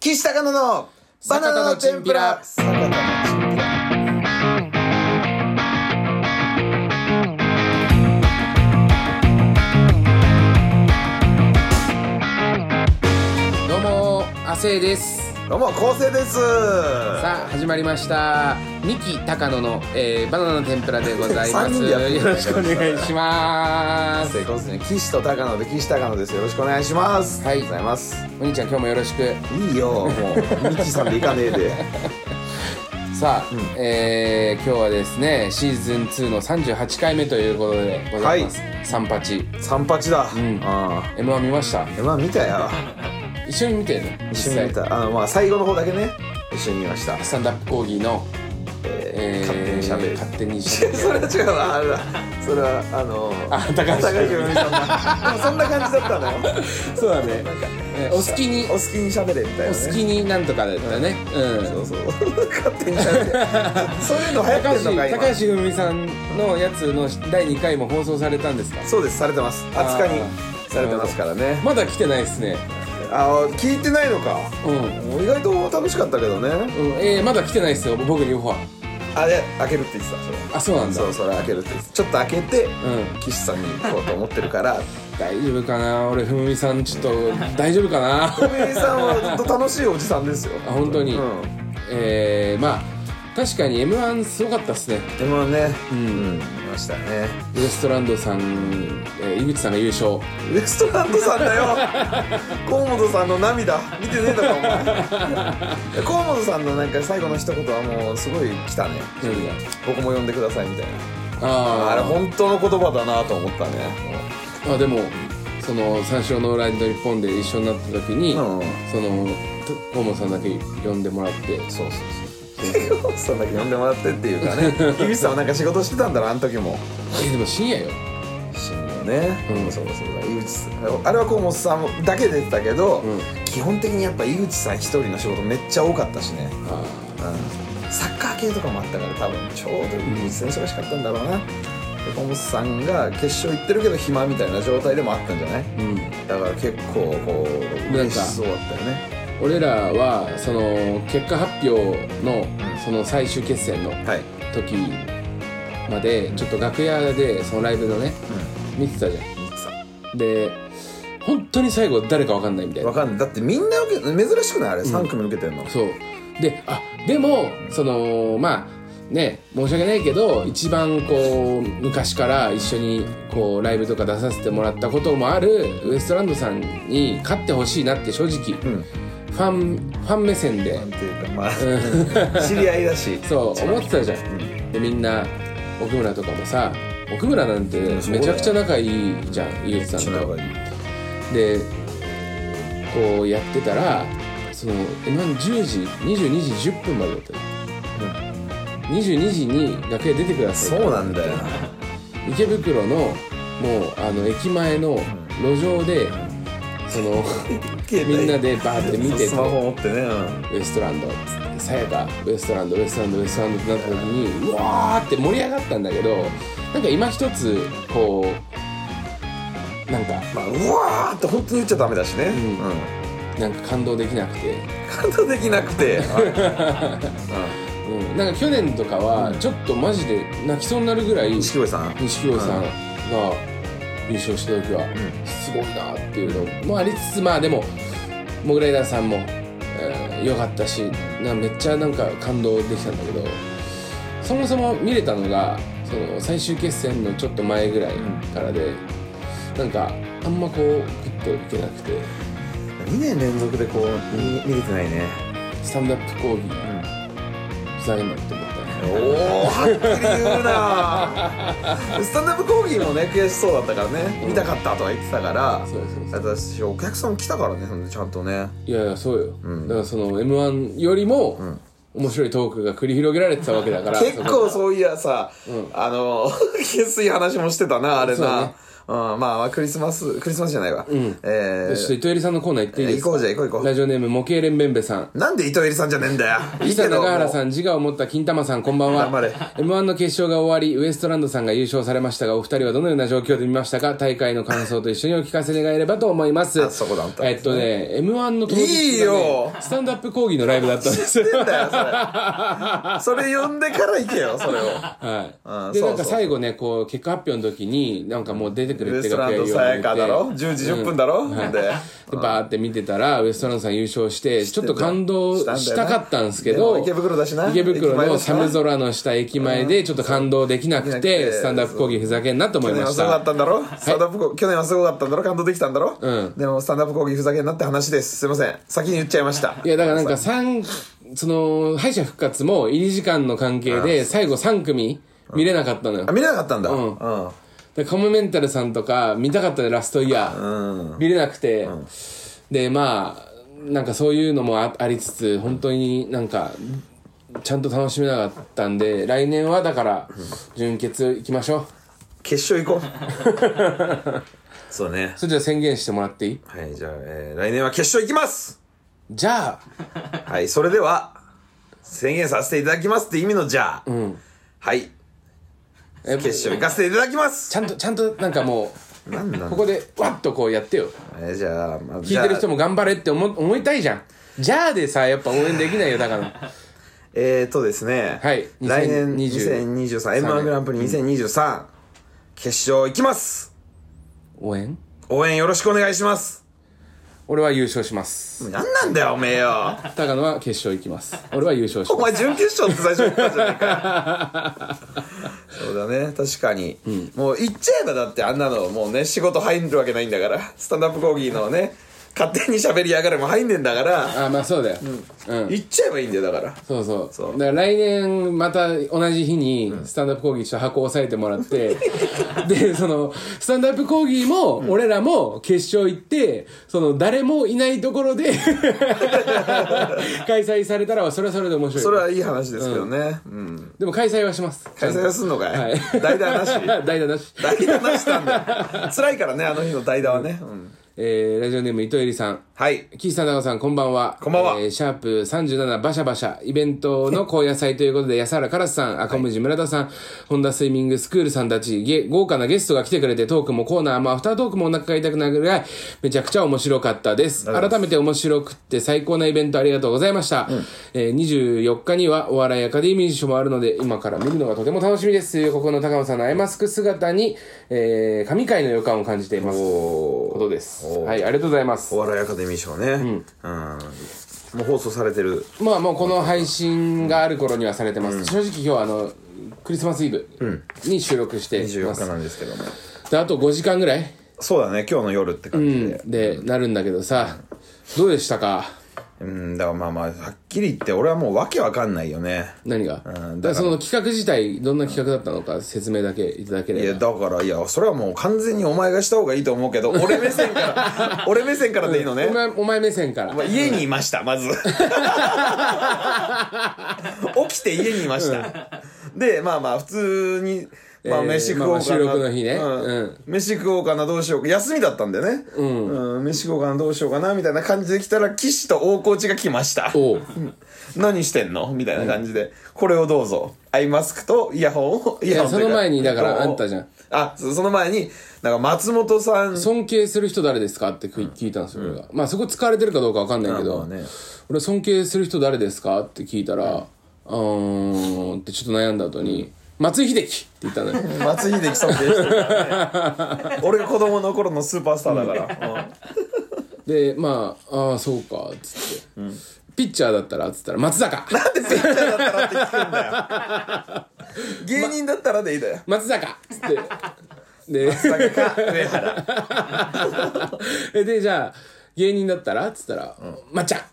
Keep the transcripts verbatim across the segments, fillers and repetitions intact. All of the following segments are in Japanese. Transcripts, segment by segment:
岸高野のバナナの天ぷら。坂田のチンピラ。 どうも亜生です。 どうも昴生です。 さあ始まりました三木高野の、えー、バナナの天ぷらでございます。よろしくお願いします。 成功ですね。岸と高野で岸高野です。よろしくお願いします。 はい、 ありがとうございます。 お兄ちゃん今日もよろしく。 いいよもう三木さんでいかねえでさあ、うんえー、今日はですねシーズンツーのさんじゅうはちかいめということでございます、はい、さんパチさんパチだ、 うん、あ エムワン 見ました？ エムワン 見たよ。 一緒に見てるの？ 一緒に見た。あの、まあ、最後の方だけね一緒に見ました。 スタンドアップ講義の、 えーえー、勝手にしゃべる勝手にしゃべるそれは違うわ。あれだそれはあのー、 あ高橋ひろみさんがでもそんな感じだったのよそうだね。なんか、えー、お好きにお好きにしゃべれみたいな、ね、 お好きになんとかだったね、うん、うん、 そうそう勝手にしゃべれそういうの流行ってんのか今。 高橋ひろみさんのやつのだいにかいも放送されたんですか？ そうです、されてます。あつかにされてますからね。 まだ来てないですね。 あ、聞いてないのか。 うん、 意外と楽しかったけどね。うん、 えー、まだ来てないですよ僕にオファー。 あれ開けるって言ってた。それあ、そうなんだ。 そうそれ開けるって言ってちょっと開けて、うん、岸さんに行こうと思ってるから大丈夫かな。俺ふみさんちょっと大丈夫かなふみさんはずっと楽しいおじさんですよ。 あ、本当に、うん、えー、まあ確かに エムワン すごかったっすね。 エムワン ね、 うん、うん、 見ましたね。 ウエストランドさん、えー、井口さんが優勝。 ウエストランドさんだよ河本さんの涙見てねえのかお前河本さんのなんか最後の一言はもうすごい来たね。僕も呼んでくださいみたいな。ああれ本当の言葉だなと思ったね。 あ、でもその三四郎のライド日本で一緒になった時に、うん、その河本さんだけ呼んでもらって。そうそうそう河本さんだけ呼んでもらってっていうかね井口さんはなんか仕事してたんだろあの時も。 えでも深夜よ。 深夜ね、うん、そうそうだ。井口さんあれは河本さんだけ出てたけど、うん、基本的にやっぱ井口さん一人の仕事めっちゃ多かったしね。あ、うん、サッカー系とかもあったから多分ちょうど井口さん忙しかったんだろうな。河本さんが決勝行ってるけど暇みたいな状態でもあったんじゃない、うん、だから結構こう嬉しそうだったよね。 俺らはその結果発表のその最終決戦の時までちょっと楽屋でそのライブのね、うん、見てたじゃん。見てた。で本当に最後誰か分かんないみたいな。 分かんない。だってみんな受け珍しくないあれ、うん、さん組受けてんの。 そうで、あでもそのまあね申し訳ないけど一番こう昔から一緒にこうライブとか出させてもらったこともあるウエストランドさんに勝ってほしいなって正直、うん、ファンファン目線でなんていうかまあ知り合いだしそう思ってたじゃん、うん、でみんな奥村とかもさ奥村なんてめちゃくちゃ仲いいじゃん井口さんと。でこうやってたらその エムワンじゅうじにじゅうにじじゅっぷんまでだったよ、うん、にじゅうにじに楽屋出てください。 そうなんだよ池袋のもうあの駅前の路上で、うんそのみんなでバーって見ててスマホ持ってね、うん、 ウエストランドっつってさやかウエストランドウエストランドウエストランドってなった時にうわーって盛り上がったんだけどなんか今一つこうなんか、 まあ、うわーって本当に言っちゃダメだしね、うんうん、なんか感動できなくて感動できなくて、 うんうん、なんか去年とかはちょっとマジで泣きそうになるぐらい錦鯉さん錦鯉さんが、優勝した時はすごいなっていうのもありつつ、まあでもモグライダーさんも良、えー、かったしなめっちゃなんか感動できたんだけどそもそも見れたのがその最終決戦のちょっと前ぐらいからで、うん、なんかあんまこうグッといけなくてにねん連続でこう 見, 見れてないね。 スタンドアップ講義、うん、ふざけんなって思ったね。 おーはっきり言うなスタンドアップ講義もね悔しそうだったからね、うん、見たかったとは言ってたからそうそうそう私お客さん来たからねちゃんとね。 いやいやそうよ、うん、だからその エムワン よりも、うん面白いトークが繰り広げられてたわけだから結構そういやさ、うん、あのきつい話もしてたなあれな、ね、 まあまあクリスマスクリスマスじゃないわ、うん、えー、 ちょっと糸入さんのコーナー行っていいですか。 行こうじゃ行こう行こう。 ラジオネーム模型連弁べさん。 なんで糸入さんじゃねえんだよ。 伊佐永原さん、自我を持った金玉さん、こんばんは。 エムワン の決勝が終わりウエストランドさんが優勝されましたが、お二人はどのような状況で見ましたか。大会の感想と一緒にお聞かせ願えればと思います。 あそこだったんですね、 えっとね エムワン の当日が、ね、 いいよスタンドアップ講義のライブだったんですよ。 知ってんだよそれそれ呼んでから行けよそれを。 はい。でなんか最後ねこう結果発表の時になんかもう出てくれって楽屋言われて、ウエストランドさやかだろ、じゅうじじゅっぷんだろ、うん、 で、でバーって見てたらウエストランドさん優勝してちょっと感動したかったんですけど、 池袋だしな、 池袋の寒空の下駅前でちょっと感動できなくて、スタンドアップ講義ふざけんなと思いました。 去年はすごかったんだろ、スタンドアップ講義去年はすごかったんだろ、感動できたんだろ、うん、でもスタンドアップ講義ふざけんなって話です。すいません先に言っちゃいました。 いやだからなんかさんその敗者復活も入り時間の関係で最後さん組見れなかったのよ、 うん、あ見れなかったんだ、うん、 うん、でカモメンタルさんとか見たかったね、ラストイヤー、うん、見れなくて、うん、でまあなんかそういうのも あ, ありつつ本当になんかちゃんと楽しめなかったんで、来年はだから準決行きましょう。 決勝行こうそうね。 それじゃあ宣言してもらっていい？ はいじゃあ、えー、来年は決勝行きます。 じゃあはいそれでは宣言させていただきますって意味のじゃあ、うん、はい決勝行かせていただきます。 ちゃんとちゃんとなんかもうなんなんここでわっとこうやってよ、 えー、じゃあ、まあ、 聞いてる人も頑張れって思思いたいじゃん。じゃあでさやっぱ応援できないよだからえーとですね、 はい、 来年にせんにじゅうさん エムワン グランプリにせんにじゅうさん、うん、決勝行きます。 応援応援よろしくお願いします。 俺は優勝します。 何なんだよおめえよ。 高野は決勝行きます。俺は優勝します。 お前準決勝って最初言ったじゃないかそうだね確かに、うん、もう言っちゃえばだってあんなのもうね仕事入るわけないんだから、スタンドアップ講義のね勝手に喋りやがれも入んねんだから。 あまあそうだよ、 うんうん、言っちゃえばいいんだよだから。 そうそうそうだから来年また同じ日にスタンドアップ講義した箱を押さえてもらってでそのスタンドアップ講義も俺らも決勝行ってその誰もいないところで開催されたらそれはそれで面白い。 それはいい話ですけどね、うんうん、 でも開催はします。 開催はすんのかい、はい、代打なし代打なし代打なしなんだ辛いからねあの日の代打はね、うんうんえー、ラジオネーム糸入さん。 はい。 岸さん、長さん、こんばんは。 こんばんは。 えー、シャープさんじゅうななバシャバシャ、イベントの高野祭ということで、安原カラスさん、赤文字村田さん、ホンダスイミングスクールさんたち、ゲ豪華なゲストが来てくれて、トークもコーナーもアフタートークもお腹が痛くなるぐらい、めちゃくちゃ面白かったです。改めて面白くって最高なイベントありがとうございました。うん、えー、にじゅうよっかにはお笑いアカデミー賞もあるので、今から見るのがとても楽しみです。ここの高野さんのアイマスク姿に、えー、神回の予感を感じています。ことです。はい、ありがとうございます。 お笑いアカデミー賞ね、うんうん、もう放送されてる。 まあもうこの配信がある頃にはされてます、うん、正直今日はあのクリスマスイブに収録してます、 にじゅうよっかなんですけども、 であとごじかんぐらいそうだね今日の夜って感じで、 うん、でなるんだけどさ、どうでしたか。 うんだからまあまあはっきり言って俺はもうわけわかんないよね。 何が、うん、だからだからその企画自体どんな企画だったのか説明だけいただければ。 いやだからいやそれはもう完全にお前がした方がいいと思うけど俺目線から俺目線からでいいのね、うん、 お前、お前目線から、 まあ、家にいましたまず起きて家にいました、うん、でまあまあ普通にまあ飯食おうかな、まあ、 収録の日ね、うんうん、飯食おうかなどうしようか休みだったんでね、うんうん、飯食おうかなどうしようかなみたいな感じで来たら岸と大河内が来ました。おう、うん、何してんのみたいな感じで、うん、これをどうぞアイマスクとイヤホンをイヤホンいやその前にだからあんたじゃん。 あその前になんか松本さん尊敬する人誰ですかって聞いたんですよ、うん、俺がまあそこ使われてるかどうか分かんないけど、ね、俺尊敬する人誰ですかって聞いたら、うん、うーんってちょっと悩んだ後に、うん松井秀喜って言ったのよ松井秀喜尊敬してるからね俺が子供の頃のスーパースターだから、うん、 でまあああそうかっつって、うん、ピッチャーだったらっつったら松坂なんでピッチャーだったらって聞くんだよ芸人だったらでいいだよ、 ま、松坂っつってで松坂か上原でじゃあ芸人だったらっつったら、うん、まっちゃん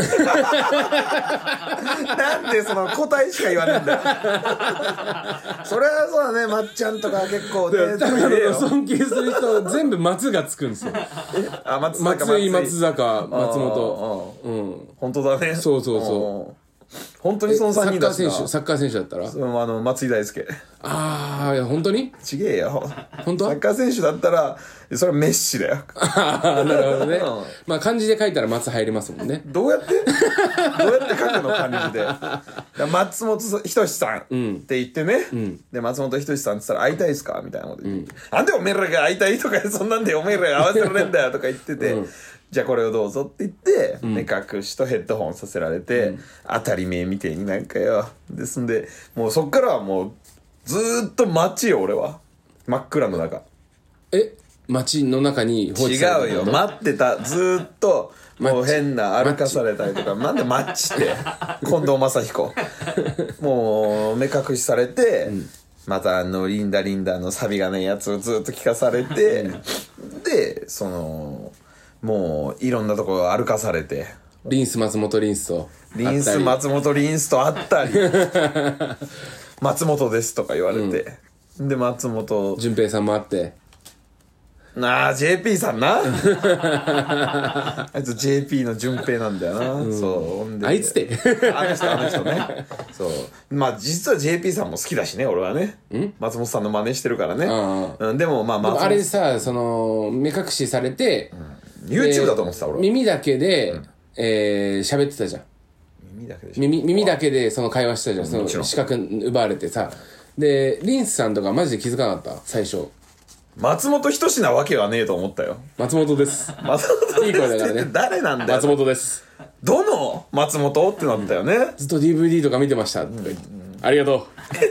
なんでその答えしか言わねえんだよそれはそうだねまっちゃんとか結構ねだからの尊敬する人全部松がつくんですよあ 松, 松井松坂松本、 うん、本当だねそうそうそう本当にそのさんにんだしな。 サッカー選手サッカー選手だったらそのあの松井大輔ああ、いや本当にちげえよ本当サッカー選手だったらそれはメッシだよなるほどね、 うんまあ漢字で書いたら松入りますもんね。 どうやってどうやって書くの漢字で松本人志さんって言ってね、うん、で松本人志さんって言ったら会いたいですかみたいなこと言って、うん、なんでおめえらが会いたいとかそんなんでおめえらが合わせられんだよとか言ってて、うん、じゃあこれをどうぞって言って、うん、目隠しとヘッドホンさせられて、うん、当たり前みてえになんかよですんでもうそっからはもうずーっと街よ俺は真っ暗の中。 え街の中に放置されて違うよ待ってたずーっともう変な歩かされたりとかなんでマッチって近藤正彦もう目隠しされて、うん、またあのリンダリンダのサビがないやつをずっと聞かされて、うん、でそのもういろんなとこ歩かされてリンス松本リンスとリンス松本リンスと会ったり松本ですとか言われて、うん、で松本順平さんも会ってなあ ジェーピー さんなあいつ ジェーピー の順平なんだよな、うん、そうあいつってあの人あの人ねそうまあ実は ジェーピー さんも好きだしね俺はね松本さんの真似してるからね、うん、でもまあ松本あれさその目隠しされて、 うん、YouTube だと思ってた俺耳だけで、うんえー、喋ってたじゃん耳だけで耳耳だけでその会話してたじゃんその視覚奪われてさでリンスさんとかマジで気づかなかった最初松本人志なわけはねえと思ったよ。 松本です松本いい声だからね誰なんだよ松本です。 どの松本ってなったよね、 うん、ずっと ディーブイディー とか見てました、うん、ありがと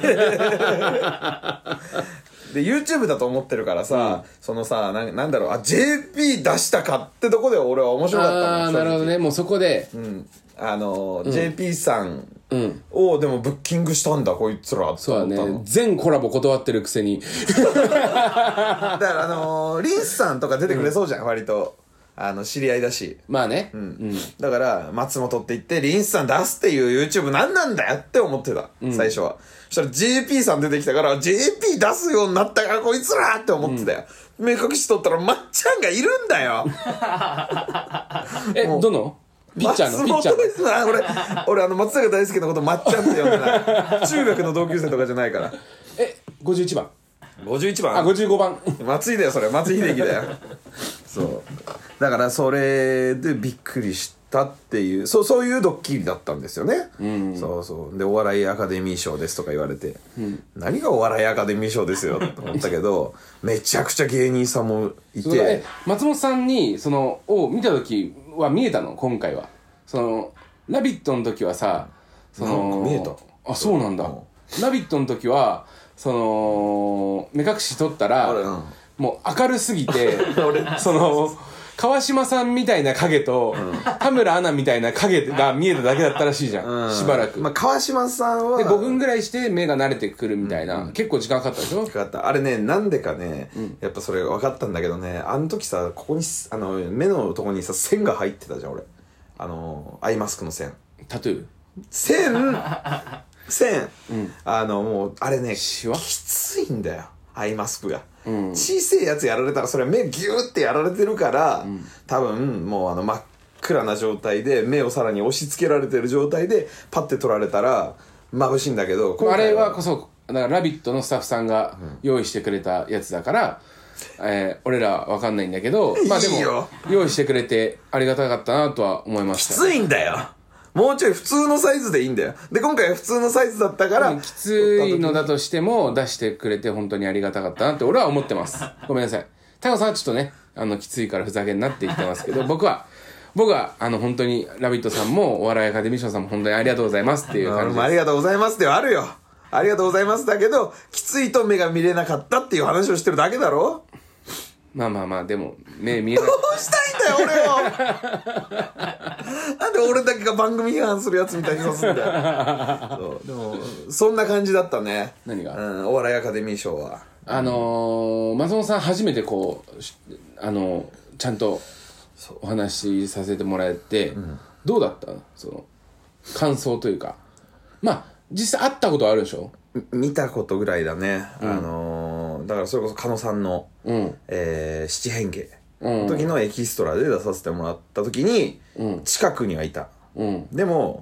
うで YouTube だと思ってるからさ、うん、そのさ な, なんだろうあ ジェーピー 出したかってとこで俺は面白かったの。 ああなるほどねもうそこで、 うん、あの、うん、ジェーピー さんをでもブッキングしたんだこいつらって思ったの。 そうだね全コラボ断ってるくせにだからあのー、リンスさんとか出てくれそうじゃん、うん、割とあの知り合いだしまあね、 うんうん、だから松本って言ってリンスさん出すっていう YouTube 何なんだよって思ってた、うん、最初は。そしたら ジェーピー さん出てきたから ジェーピー 出すようになったからこいつらって思ってたよ、うん、目隠し取ったらまっちゃんがいるんだよえどのピッチャーのピッチャーの俺俺あの松坂大輔のことまっちゃんって呼んでない中学の同級生とかじゃないからえごじゅういちばんごじゅういちばんあごじゅうごばん松井だよそれ松井秀喜だよそうだからそれでびっくりしたっていうそうそういうドッキリだったんですよね、うん、そうそうでお笑いアカデミー賞ですとか言われて、うん、何がお笑いアカデミー賞ですよって思ったけどめちゃくちゃ芸人さんもいてえ松本さんにそのを見た時は見えたの今回はそのラビットの時はさそのなんか見えたあそうなんだ、うん、ラビットの時はその目隠し取ったら、うん、もう明るすぎてその川島さんみたいな影と、うん、田村アナみたいな影が見えただけだったらしいじゃん、うん、しばらく、 まあ、川島さんはでごふんぐらいして目が慣れてくるみたいな、うん、結構時間かかったでしょ。 かかったあれねなんでかね、うん、やっぱそれ分かったんだけどねあの時さここにあの目のとこにさ線が入ってたじゃん俺あのアイマスクの線タトゥー線線、うん、あのもうあれねきついんだよアイマスクが、うん、小さいやつやられたらそれ目ギューってやられてるから、うん、多分もうあの真っ暗な状態で目をさらに押し付けられてる状態でパッて取られたら眩しいんだけどあれはこそだからラビットのスタッフさんが用意してくれたやつだから、うんえー、俺らは分かんないんだけどまあでも用意してくれてありがたかったなとは思いました。 きついんだよもうちょい普通のサイズでいいんだよ。で今回は普通のサイズだったから、 きついのだとしても出してくれて本当にありがたかったなって俺は思ってます。ごめんなさい。タコさんはちょっとねあのきついからふざけんなって言ってますけど僕は僕はあの本当にラビットさんもお笑いアカデミー賞さんも本当にありがとうございますっていう感じです。 ありがとうございますではあるよ。ありがとうございますだけどきついと目が見れなかったっていう話をしてるだけだろ。 まあまあまあでも目見えないどうしたいんだよ俺をなんで俺だけが番組批判するやつみたいにさすんだよそうでもそんな感じだったね。 何が、 うん、お笑いアカデミー賞はあのー、松本さん初めてこうあのちゃんとお話しさせてもらえて、うん、どうだったその感想というかまあ実際会ったことあるでしょ。 見たことぐらいだね、うん、あのー、だからそれこそ狩野さんの、うんえー、七変化の時のエキストラで出させてもらった時に、うん、近くにはいた、うん、でも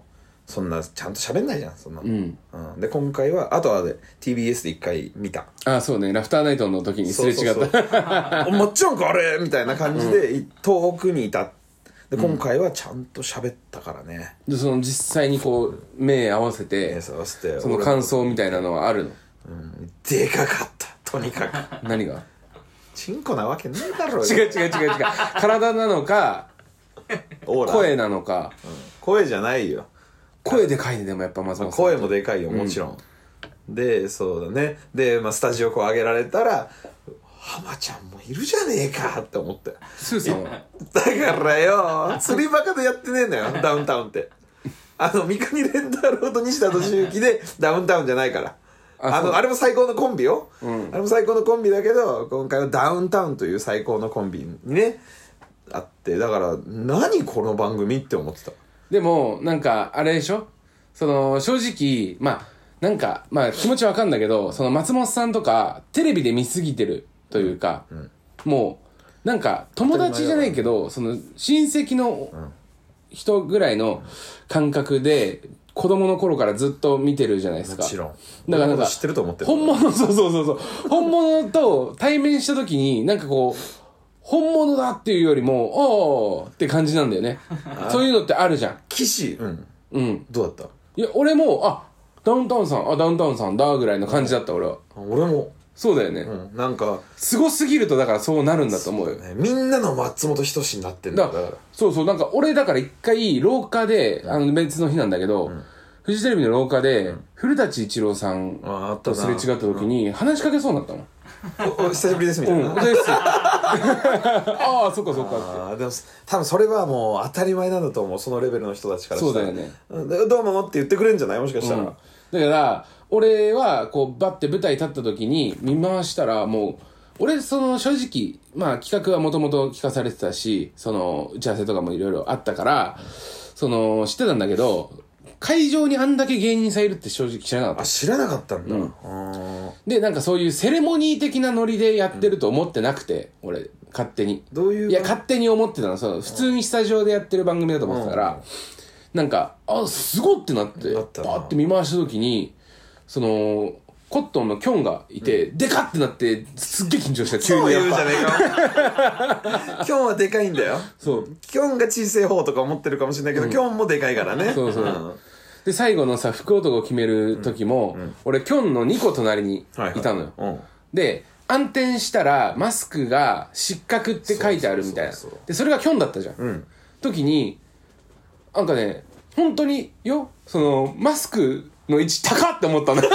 そんなちゃんと喋んないじゃんそんなの、 うんうん、で今回はあとは、ね、ティービーエス で一回見た。 あそうねラフターナイトの時にすれ違った。 そうそうそうもちろんかあれみたいな感じで、うん、遠くにいた。で今回はちゃんと喋ったからね、 でその実際にこう目合わせて、 目合わせてその感想みたいなのはあるの？ うん、でかかったとにかく何が？ チンコなわけねえだろ。 違う違う違う違う体なのか声なのか、 うん、声じゃないよ。 声でかいね。でもやっぱ松本さん、 声もでかいよもちろん、うん、でそうだね。で、まあ、スタジオこう上げられたら浜ちゃんもいるじゃねえかって思って。 スーさんはだからよ釣りバカでやってねえんだよダウンタウンって。あの三上連太郎と西田敏行でダウンタウンじゃないから。あ, あのあれも最高のコンビよ、うん、あれも最高のコンビだけど今回はダウンタウンという最高のコンビにねあって、だから何この番組って思ってた。 でもなんかあれでしょ、その正直まあなんかまあ気持ちわかんだけど、その松本さんとかテレビで見すぎてるというか、うんうん、もうなんか友達じゃないけどその親戚の人ぐらいの感覚で子供の頃からずっと見てるじゃないですか。 もちろん。 だからなんか知ってると思ってる。 本物そうそうそうそう本物と対面した時になんかこう本物だっていうよりもおーって感じなんだよね。そういうのってあるじゃん。 騎士うんうんどうだった？ いや俺もあダウンタウンさんあダウンタウンさんだぐらいの感じだった俺は。 俺もそうだよね、 うん、なんかすごすぎるとだからそうなるんだと思うよ。 う、ね、みんなの松本人志になってんだから。 そうそうなんか俺だから一回廊下であの別の日なんだけど、うん、フジテレビの廊下で、うん、古舘一郎さんとすれ違った時に話しかけそうになったの。 お, お久しぶりですみたいな、うん、お久しぶりですああそっかそっかって。でも多分それはもう当たり前なんだと思う、そのレベルの人たちからしたら。 そうだよね、 うん、どうもって言ってくれるんじゃないもしかしたら、うん、 だから俺はこうバッて舞台立った時に見回したらもう俺その正直まあ企画はもともと聞かされてたしその打ち合わせとかもいろいろあったからその知ってたんだけど会場にあんだけ芸人さんいるって正直知らなかった。 あ知らなかったんだ、うん、 あでなんかそういうセレモニー的なノリでやってると思ってなくて、うん、俺勝手にどういういや勝手に思ってたのその普通にスタジオでやってる番組だと思ってたから、うん、なんかあすごってなってバーって見回した時にそのコットンのキョンがいて、うん、でかってなってすっげえ緊張した。急にやっぱそう言うじゃねえかキョンはでかいんだよ。そうキョンが小さい方とか思ってるかもしれないけど、うん、キョンもでかいからね。 そうそう、うん、で最後のさ福男を決める時も、うんうん、俺キョンのにこ隣にいたのよ、はいはい、うん、で暗転したらマスクが失格って書いてあるみたいな。でそれがキョンだったじゃん、うん、時になんかね本当によそのマスクの位置高って思ったの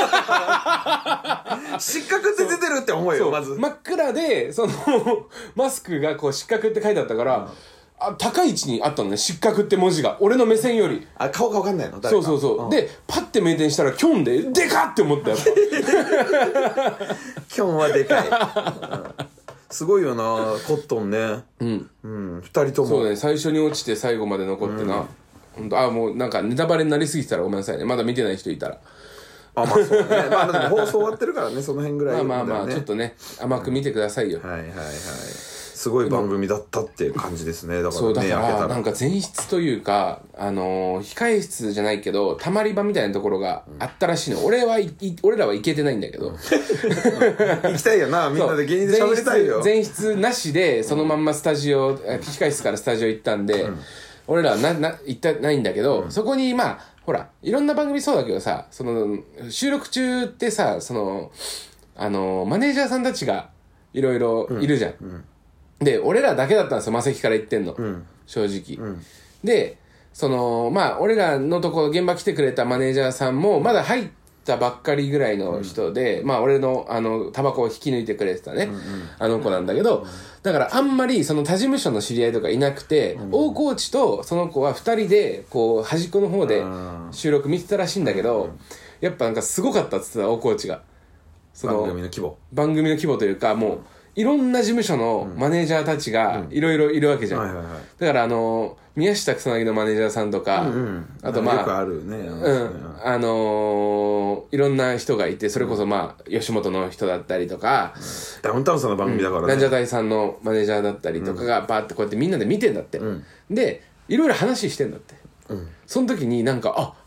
失格って出てるって思うよ。まず真っ暗でそのマスクがこう失格って書いてあったから、うん、あ高い位置にあったのね失格って文字が俺の目線より。 あ顔が分かんないの誰か。 そうそうそう、うん、でパッて明転したらキョンででかって思ったやっぱキョンはでかい、うん、すごいよなコットンね。うんうんふたりともそうね最初に落ちて最後まで残ってな、うん本当あもうなんかネタバレになりすぎてたらごめんなさいねまだ見てない人いたら。 あまあそうねまあでも放送終わってるからねその辺ぐらい、ね、 まあまあまあちょっとね甘く見てくださいよ、 うん、はいはいはいすごい番組だったっていう感じですね。だからそうだからなんか前室というかあのー、控え室じゃないけどたまり場みたいなところがあったらしいの、うん、俺はい俺らは行けてないんだけど、うん、 行きたいよなみんなで芸人で喋りたいよ。 前室なしでそのまんまスタジオ控え室からスタジオ行ったんで、うん俺らはなな行ってないんだけど、うん、そこにまあほらいろんな番組そうだけどさその収録中ってさそのあのマネージャーさんたちがいろいろいるじゃん、うんうん、で俺らだけだったんですよマセキから言ってんの、うん、正直、うん、でそのまあ俺らのとこ現場来てくれたマネージャーさんもまだ入ったばっかりぐらいの人で、うん、まあ俺のあのタバコを引き抜いてくれてたね、うんうん、あの子なんだけど、うんだからあんまりその他事務所の知り合いとかいなくて、うん、大河内とその子はふたりでこう端っこの方で収録見てたらしいんだけど、うん、やっぱなんかすごかったっつってた大河内がその番組の規模番組の規模というかもういろんな事務所のマネージャーたちがいろいろいるわけじゃん、うんはいはいはい、だからあの宮下草薙のマネージャーさんとか、うんうん、あとまあよくあるね、 うんあのー、いろんな人がいてそれこそまあ吉本の人だったりとか、うん、 ダウンタウンさんの番組だからね、 ランジャタイさんのマネージャーだったりとかがバーってこうやってみんなで見てんだって、うん、でいろいろ話してんだって、うん、その時になんかあ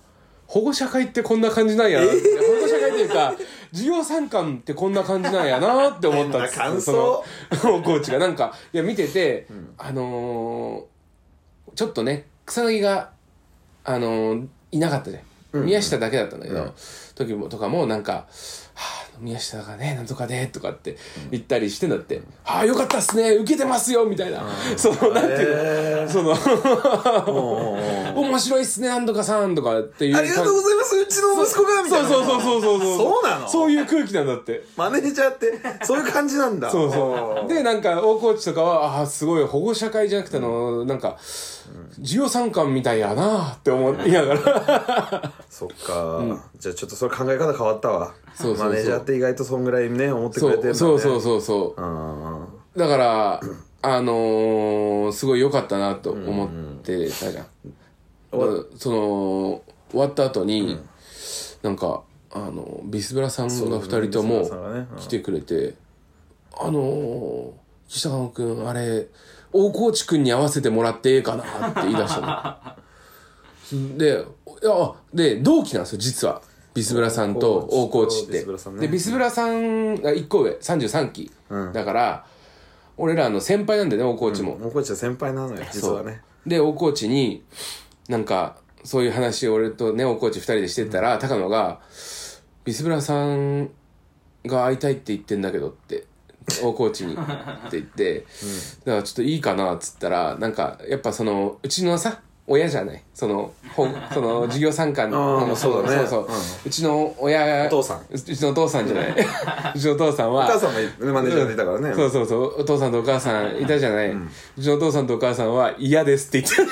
保護者会ってこんな感じなんやな、えー、保護者会っていうか授業参観ってこんな感じなんやなって思ったんですよ。 感想そのコーチがなんかいや見てて、うん、あのー、ちょっとね草薙があのー、いなかったじゃん、うんうん、宮下だけだったんだけど、うん、時もとかもなんか、はあ、宮下がねなんとかねとかって言ったりしてんだって、うん、はあよかったっすね受けてますよみたいな、うん、そのなんていうの、えー、その面白いっすねなんとかさんとかっていう、 ありがとうございますうちの息子がみたいな、 そうそうそうそうそうそうなの、 そういう空気なんだって、 マネージャーってそういう感じなんだそうそうでなんか大コーチとかはあすごい保護者会じゃなくてのなんか授業参観みたいやなって思いながらそっか、うん、じゃあちょっとそれ考え方変わったわ。 そうそうそうマネージャーって意外とそんぐらいね思ってくれてるんだね。 そうそうそうそう、うん、だからあのー、すごい良かったなと思ってたじゃん、うんうん、その終わった後に、うん、なんかあのビスブラさんがふたりとも来てくれて、ねうん、あのー、岸高野くんあれ大河内くんに合わせてもらってええかなって言い出したので、いやで同期なんですよ実はビスブラさんと大河内って、ね、でビスブラさんがいっこ上さんじゅうさんき、うん、だから俺らの先輩なんだよね大河内も、 うん、大河内は先輩なのよ実はね。 で大河内になんかそういう話を俺とね大河内ふたりでしてたら、うん、高野がビスブラさんが会いたいって言ってんだけどって大河内にって言って、うん、だからちょっといいかなっつったらなんかやっぱそのうちのさ親じゃないそのほその授業参観のそうだねそうそう、うん、うちの親お父さんうちのお父さんじゃないうちのお父さんはお母さんもマネージャーでいたからね、 うん、そうそうそうお父さんとお母さんいたじゃない、うん、うちのお父さんとお母さんは嫌ですって言って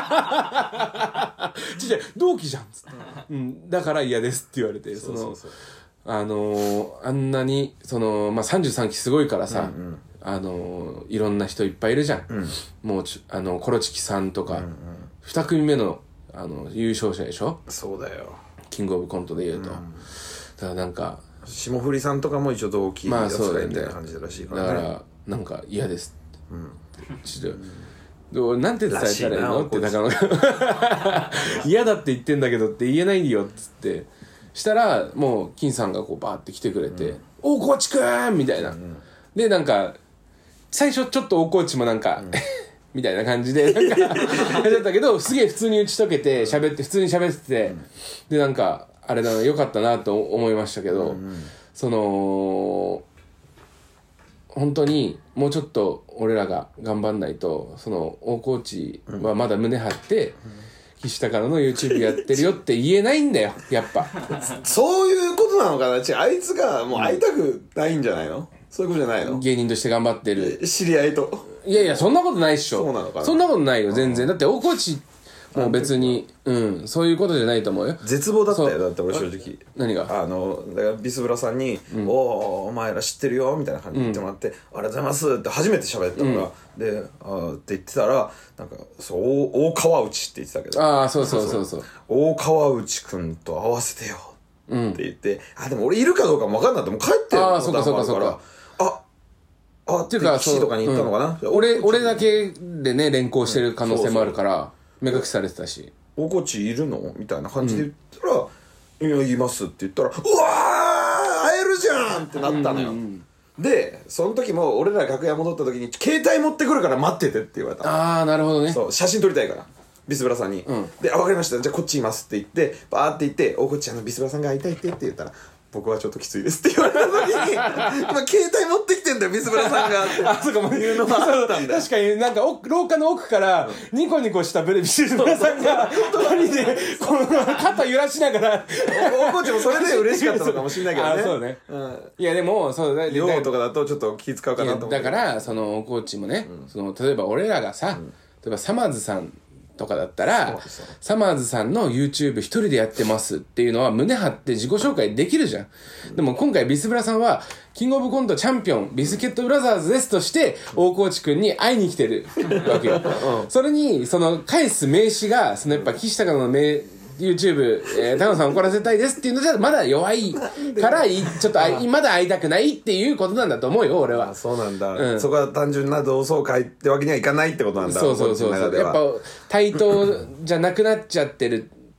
ちっちゃい同期じゃんっつって、うん、だから嫌ですって言われてそのそうそうそうあのー、あんなにその、まあ、さんじゅうさんきすごいからさ、うんうん、あのー、いろんな人いっぱいいるじゃん、うん、もうちあのコロチキさんとか、うんうん、に組目の、あの優勝者でしょ。 そうだよキングオブコントで言うと、うん、だからなんか霜降りさんとかも一応同期まあそうだよねみたいな感じらしいからね。 だからなんか嫌ですって、うん、ちょっと俺なんて伝えたらいいのって高野が嫌だって言ってんだけどって言えないよっつってしたらもう金さんがこうバーって来てくれて、うん、おーコーチくーんみたいな、うん、でなんか最初ちょっと大コーチもなんか、うん、みたいな感じでなんかだったけどすげえ普通に打ち解けて喋って普通に喋ってて、うん、でなんかあれだな良かったなと思いましたけど、うんうん、その本当にもうちょっと俺らが頑張んないとその大コーチはまだ胸張って、うん岸高野の YouTube やってるよって言えないんだよやっぱそういうことなのかな。違うあいつがもう会いたくないんじゃないの、うん、そういうことじゃないの。 芸人として頑張ってる知り合いといやいやそんなことないっしょ。 そうなのかな。 そんなことないよ全然。だって大河内もう別にうんそういうことじゃないと思うよ。 絶望だったよだって俺正直。 何があのだからビスブラさんに、うん、お, お前ら知ってるよみたいな感じで言ってもらって、うん、ありがとうございますって初めて喋ったから、うん、であって言ってたらなんかそう大川内って言ってたけどああそうそうそうそう大川内くんと合わせてよって言って、うん、あでも俺いるかどうかも分かんないってもう帰ってるああそうかそうかそうかああっていうか岸とかに行ったのかな、 うん、俺俺だけでね連行してる可能性もあるから、うん、そうそう目隠しされてたし大河内いるのみたいな感じで言ったら、うん、いやいますって言ったらうわー会えるじゃんってなったのよ、うんうんうん、でその時も俺ら楽屋戻った時に携帯持ってくるから待っててって言われた。 ああなるほどね。 そう写真撮りたいからビスブラさんに、うん、であ分かりましたじゃあこっちいますって言ってバーって言って大河内あのビスブラさんが会いたいってって言ったら僕はちょっときついですって言われた時に今携帯持ってきてんだよビスブラさんがってあそうかもういうのがあったんだよ。 確かになんか廊下の奥からニコニコしたビスブラさんが二人でこの肩揺らしながら大河内もそれで嬉しかったのかもしれないけどね。 あそうね、うん、いやでもそうだ用とかだとちょっと気使うかなと思って。 だからその大河内もね、うん、その例えば俺らがさ、うん、例えばさまぁずさんとかだったらさまぁずさんの YouTube 一人でやってますっていうのは胸張って自己紹介できるじゃん、うん、でも今回ビスブラさんはキングオブコントチャンピオンビスケットブラザーズですとして大河内くんに会いに来てるわけよ、うん、それにその返す名詞がそのやっぱ岸高野の名YouTube、えー、高野さん怒らせたいですっていうのじゃまだ弱いからちょっとまだ会いたくないっていうことなんだと思うよ俺は。 あそうなんだ、うん、そこは単純な同窓会ってわけにはいかないってことなんだ。 そうそうそうそうやっぱ対等じゃなくなっちゃってるっ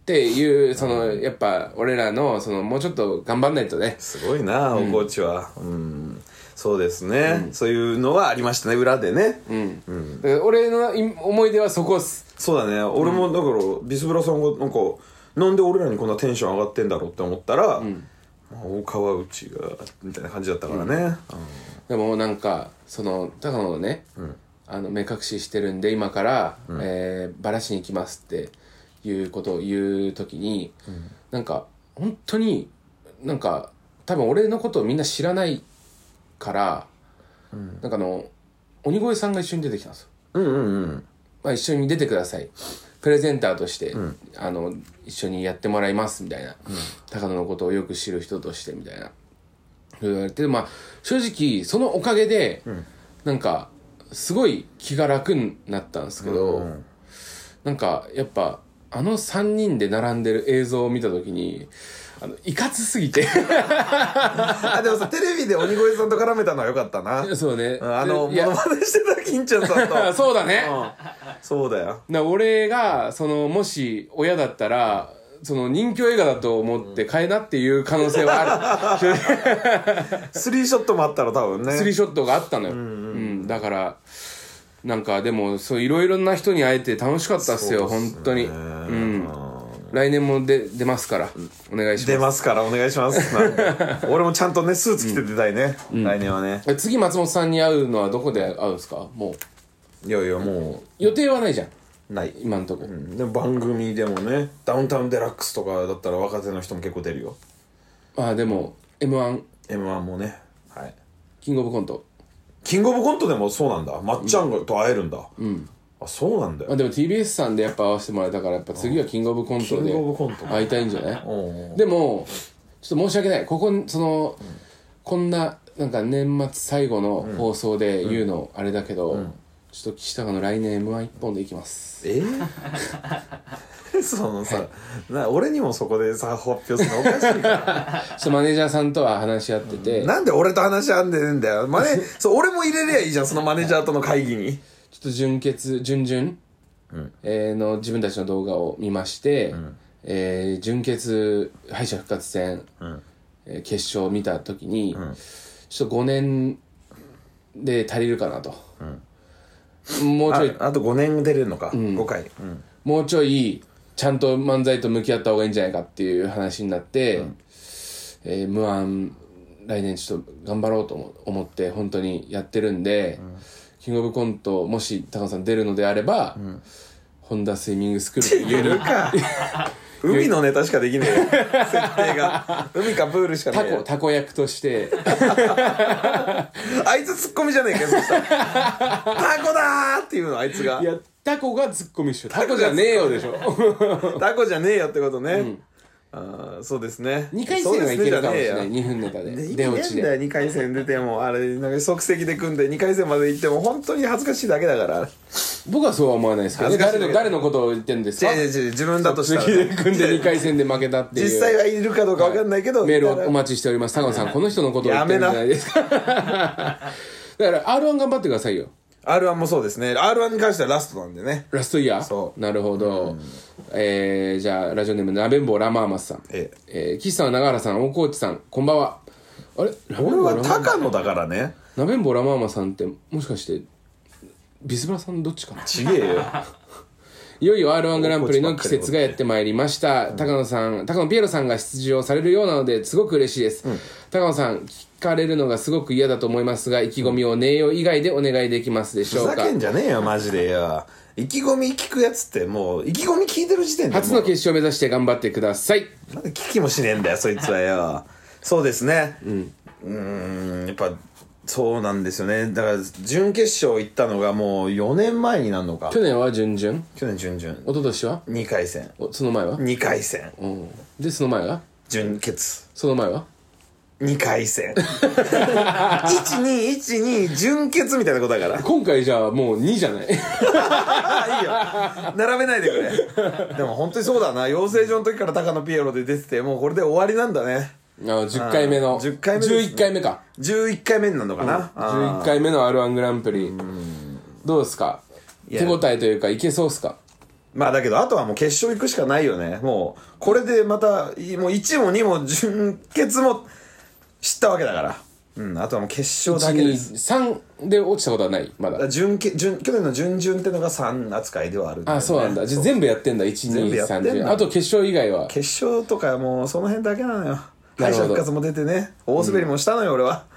っていうそのやっぱ俺らのそのもうちょっと頑張んないとね。 すごいな、おコーチは。うん、うんそうですね、うん、そういうのはありましたね、裏でね。うんうん、だから俺の思い出はそこっす。 そうだね、俺もだからビスブラさんがなんかなんで俺らにこんなテンション上がってんだろうって思ったら、うん、大川内がみたいな感じだったからね。うんうん、 でもなんかその高野のね、うん、あの目隠ししてるんで今から、うんえー、バラしに行きますっていうことを言う時に、うん、なんか本当になんか多分俺のことをみんな知らないから、うん、なんかあの鬼越さんが一緒に出てきたんですよ。うんうんうんまあ、一緒に出てくださいプレゼンターとして、うん、あの一緒にやってもらいますみたいな、うん、高野のことをよく知る人としてみたいな言われて、まあ正直そのおかげで、うん、なんかすごい気が楽になったんですけど、うん、なんかやっぱあのさんにんで並んでる映像を見た時にあのいかつすぎてあでもさテレビで鬼越さんと絡めたのはよかったな。 そうね、 あのモノマネしてた金ちゃんさんとそうだね、 うん、そうだよ。 だ俺がそのもし親だったらその人気映画だと思って買えなっていう可能性はあるスリーショットもあったら多分ねスリーショットがあったのよ、うんうんうん、だからなんかでもそういろいろな人に会えて楽しかったっすよ、本当に。うん。来年もで出ますからお願いします。 出ますからお願いします。俺もちゃんとねスーツ着て出たいね、うん、来年はね。 次松本さんに会うのはどこで会うんですか？もういやいやもう予定はないじゃん。 ない今んとこ、 うん、でも番組でもねダウンタウンデラックスとかだったら若手の人も結構出るよ。 ああでも エムワンエムワン もね、はい、 キングオブコントキングオブコントでもそうなんだ、まっちゃんと会えるんだ。うん、あそうなんだよ。 あでも ティービーエス さんでやっぱ会わせてもらえたからやっぱ次はキングオブコントで会いたいんじゃない？でもちょっと申し訳ない、ここその、うん、こんななんか年末最後の放送で言うのあれだけど、うんうん、ちょっと岸高の来年 エムワン 一本でいきます。 えー、そのさ、はい、な俺にもそこでさ発表するのおかしいからちょっとマネージャーさんとは話し合ってて、 うん、なんで俺と話し合んでんだよマネそう俺も入れりゃいいじゃんそのマネージャーとの会議に。 ちょっと準決準々、うんえー、の自分たちの動画を見まして、うんえー、準決敗者復活戦、うんえー、決勝を見た時に、うん、ちょっとごねんで足りるかなと、うん、もうちょいあ, あとごねん出れるのか、うん、ごかい、 うん、もうちょいちゃんと漫才と向き合った方がいいんじゃないかっていう話になって、うんえー、エムワン 来年ちょっと頑張ろうと思って本当にやってるんで、うん、キングオブコントもし高野さん出るのであれば、うん、ホンダスイミングスクールって言えるか海のネタしかできねえよ設定が海かプールしかねえよ。 タコタコ役としてあいつツッコミじゃねえかよそしたらタコだーっていうのあいつが。 いやタコがツッコミっしょ。タコじゃねえよでしょタコじゃねえよってことね、うんあそうですね。 にかい戦はいけるかもしれない、にふんネタで出落ちでにかい戦出てもあれなんか即席で組んでにかい戦まで行っても本当に恥ずかしいだけだから僕はそうは思わないですけど、ね、誰の誰のことを言ってるんですか。 違う違う自分だとしたら、 ね、即席で組んでにかい戦で負けたっていう実際はいるかどうか分かんないけど、 はい、メールをお待ちしております。高野さんこの人のことを言ってるんじゃないですかだから アールワン 頑張ってくださいよ。 アールワン もそうですね。 アールワン に関してはラストなんでね。 ラストイヤー。そうなるほど、うんえー、じゃあラジオネームなべんぼうラマーマスさん、えええー、岸さん長原さん大河内さんこんばんは。あれ俺は高野だからね。 なべんぼうラマーマさんってもしかしてビスブラさんどっちかな。 ちげえよいよいよ アールワン グランプリの季節がやってまいりました、うん、高野さん高野ピエロさんが出場されるようなのですごく嬉しいです、うん、高野さん聞かれるのがすごく嫌だと思いますが意気込みをネイヨ以外でお願いできますでしょうか。 ふざけんじゃねえよマジでよ。意気込み聞くやつってもう意気込み聞いてる時点で初の決勝を目指して頑張ってください。 なんで聞きもしねえんだよそいつはよそうですね、うん、うーんやっぱそうなんですよね。だから準決勝行ったのがもうよねんまえになるのか。 去年は準々 去年準々 一昨年はにかい戦その前はにかい戦、 うん、でその前は準決その前はにかい戦いちにいちに準決みたいなことだから今回じゃあもうにじゃないいいよ並べないでくれでも本当にそうだな養成所の時から高野ピエロで出ててもうこれで終わりなんだね。 あじゅっかいめのじゅっかいめじゅういっかいめかじゅういっかいめになるのかな、 うん、じゅういっかいめの アールワン グランプリどうですか手応えというかいけそうっすか。 まあだけどあとはもう決勝行くしかないよね。もうこれでまたもういちもにも準決も知ったわけだから、うん、あとはもう決勝だけです。 いちにさんで落ちたことはないまだ。 だ準準去年の準々ってのがさん扱いではあるんだよね。 あ、そうなんだ。じゃあ全部やってんだ。いち、に、さん、あと決勝以外は決勝とかもうその辺だけなのよ。敗者復活も出てね、大滑りもしたのよ、うん、俺は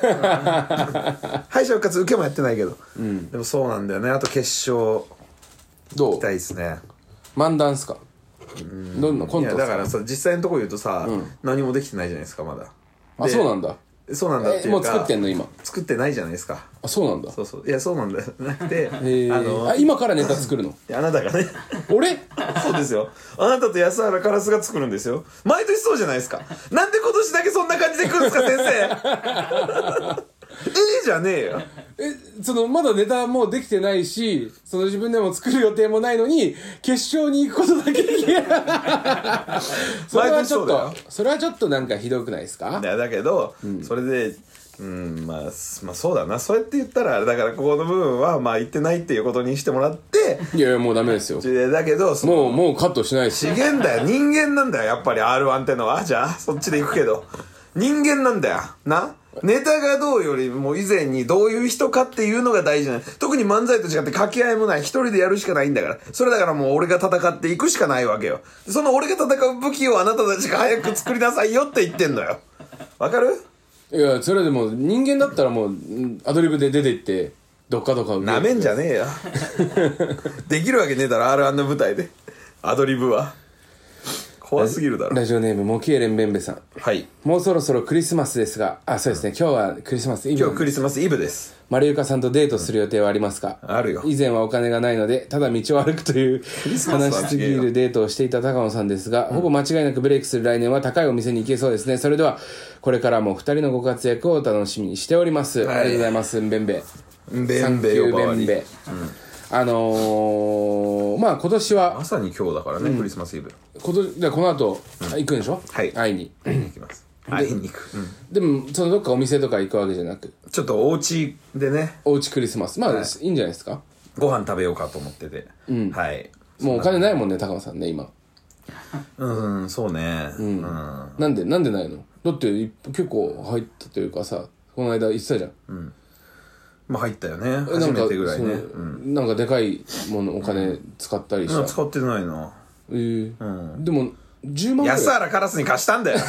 敗者復活受けもやってないけど、うん、でもそうなんだよね。あと決勝どう行きたいですね。 漫談っすか。うんどんなコント。 いやだからさ実際のとこ言うとさ、うん、何もできてないじゃないですかまだ。 あ、そうなんだ。 そうなんだっていうか、 もう作ってんの今。 作ってないじゃないですか。 あ、そうなんだ。 そうそう。いやそうなんだよなくて、 あのー、あ今からネタ作るの。 あなたがね。 俺？ そうですよ。あなたと安原カラスが作るんですよ。毎年そうじゃないですか。なんで今年だけそんな感じで来るんですか先生。ええじゃねえよ。 え、そのまだネタもできてないし、その自分でも作る予定もないのに決勝に行くことだけできる。それはちょっとそれはちょっとなんかひどくないですか。 いやだけど、うん、それでうんまあ、まあそうだな。そうやって言ったらだからここの部分はまあ言ってないっていうことにしてもらって。 いやいやもうダメですよ。 だけどもうもうカットしないです。 資源だよ。人間なんだよやっぱり アールワン ってのは。じゃあそっちで行くけど人間なんだよな。ネタがどうよりも以前にどういう人かっていうのが大事なの。特に漫才と違って掛け合いもない。一人でやるしかないんだから。それだからもう俺が戦っていくしかないわけよ。その俺が戦う武器をあなたたちが早く作りなさいよって言ってんのよ。わかる？ いやそれでも人間だったらもうアドリブで出て行ってどっかどっかなめんじゃねえよ。できるわけねえだろ アールワン の舞台でアドリブは。怖すぎるだろ。 ラジオネームモキエレンベンベさん。 はい。 もうそろそろクリスマスですが、あ、そうですね。今日はクリスマスイブ。 今日クリスマスイブです。 マリウカさんとデートする予定はありますか？ うん、あるよ。 以前はお金がないのでただ道を歩くという悲しすぎるデートをしていた高野さんですが、うん、ほぼ間違いなくブレイクする来年は高いお店に行けそうですね。それではこれからもふたりのご活躍をお楽しみにしております、はい、ありがとうございます。ンベンベンベンベ呼ばわり。 ベンベ、うん、あのー、まあ今年はまさに今日だからね、うん、クリスマスイブ。 今年でこの後、うん、行くんでしょ。 はい。 会いに行きます。会いに行く、うん、 でもそのどっかお店とか行くわけじゃなくちょっとお家でね。 お家クリスマスまあ、はい、いいんじゃないですか。 ご飯食べようかと思ってて、うん、はい。 もうお金ないもんね高野さんね今。 うんそうね、うんうん、 なんでなんでないの。だって結構入ったというかさこの間言ってたじゃん、うん、 まあ入ったよね初めてぐらいね。 うん、なんかでかいものお金使ったりした、 うん、使ってないな。 えーうん、でもじゅうまんぐらい安原カラスに貸したんだよ。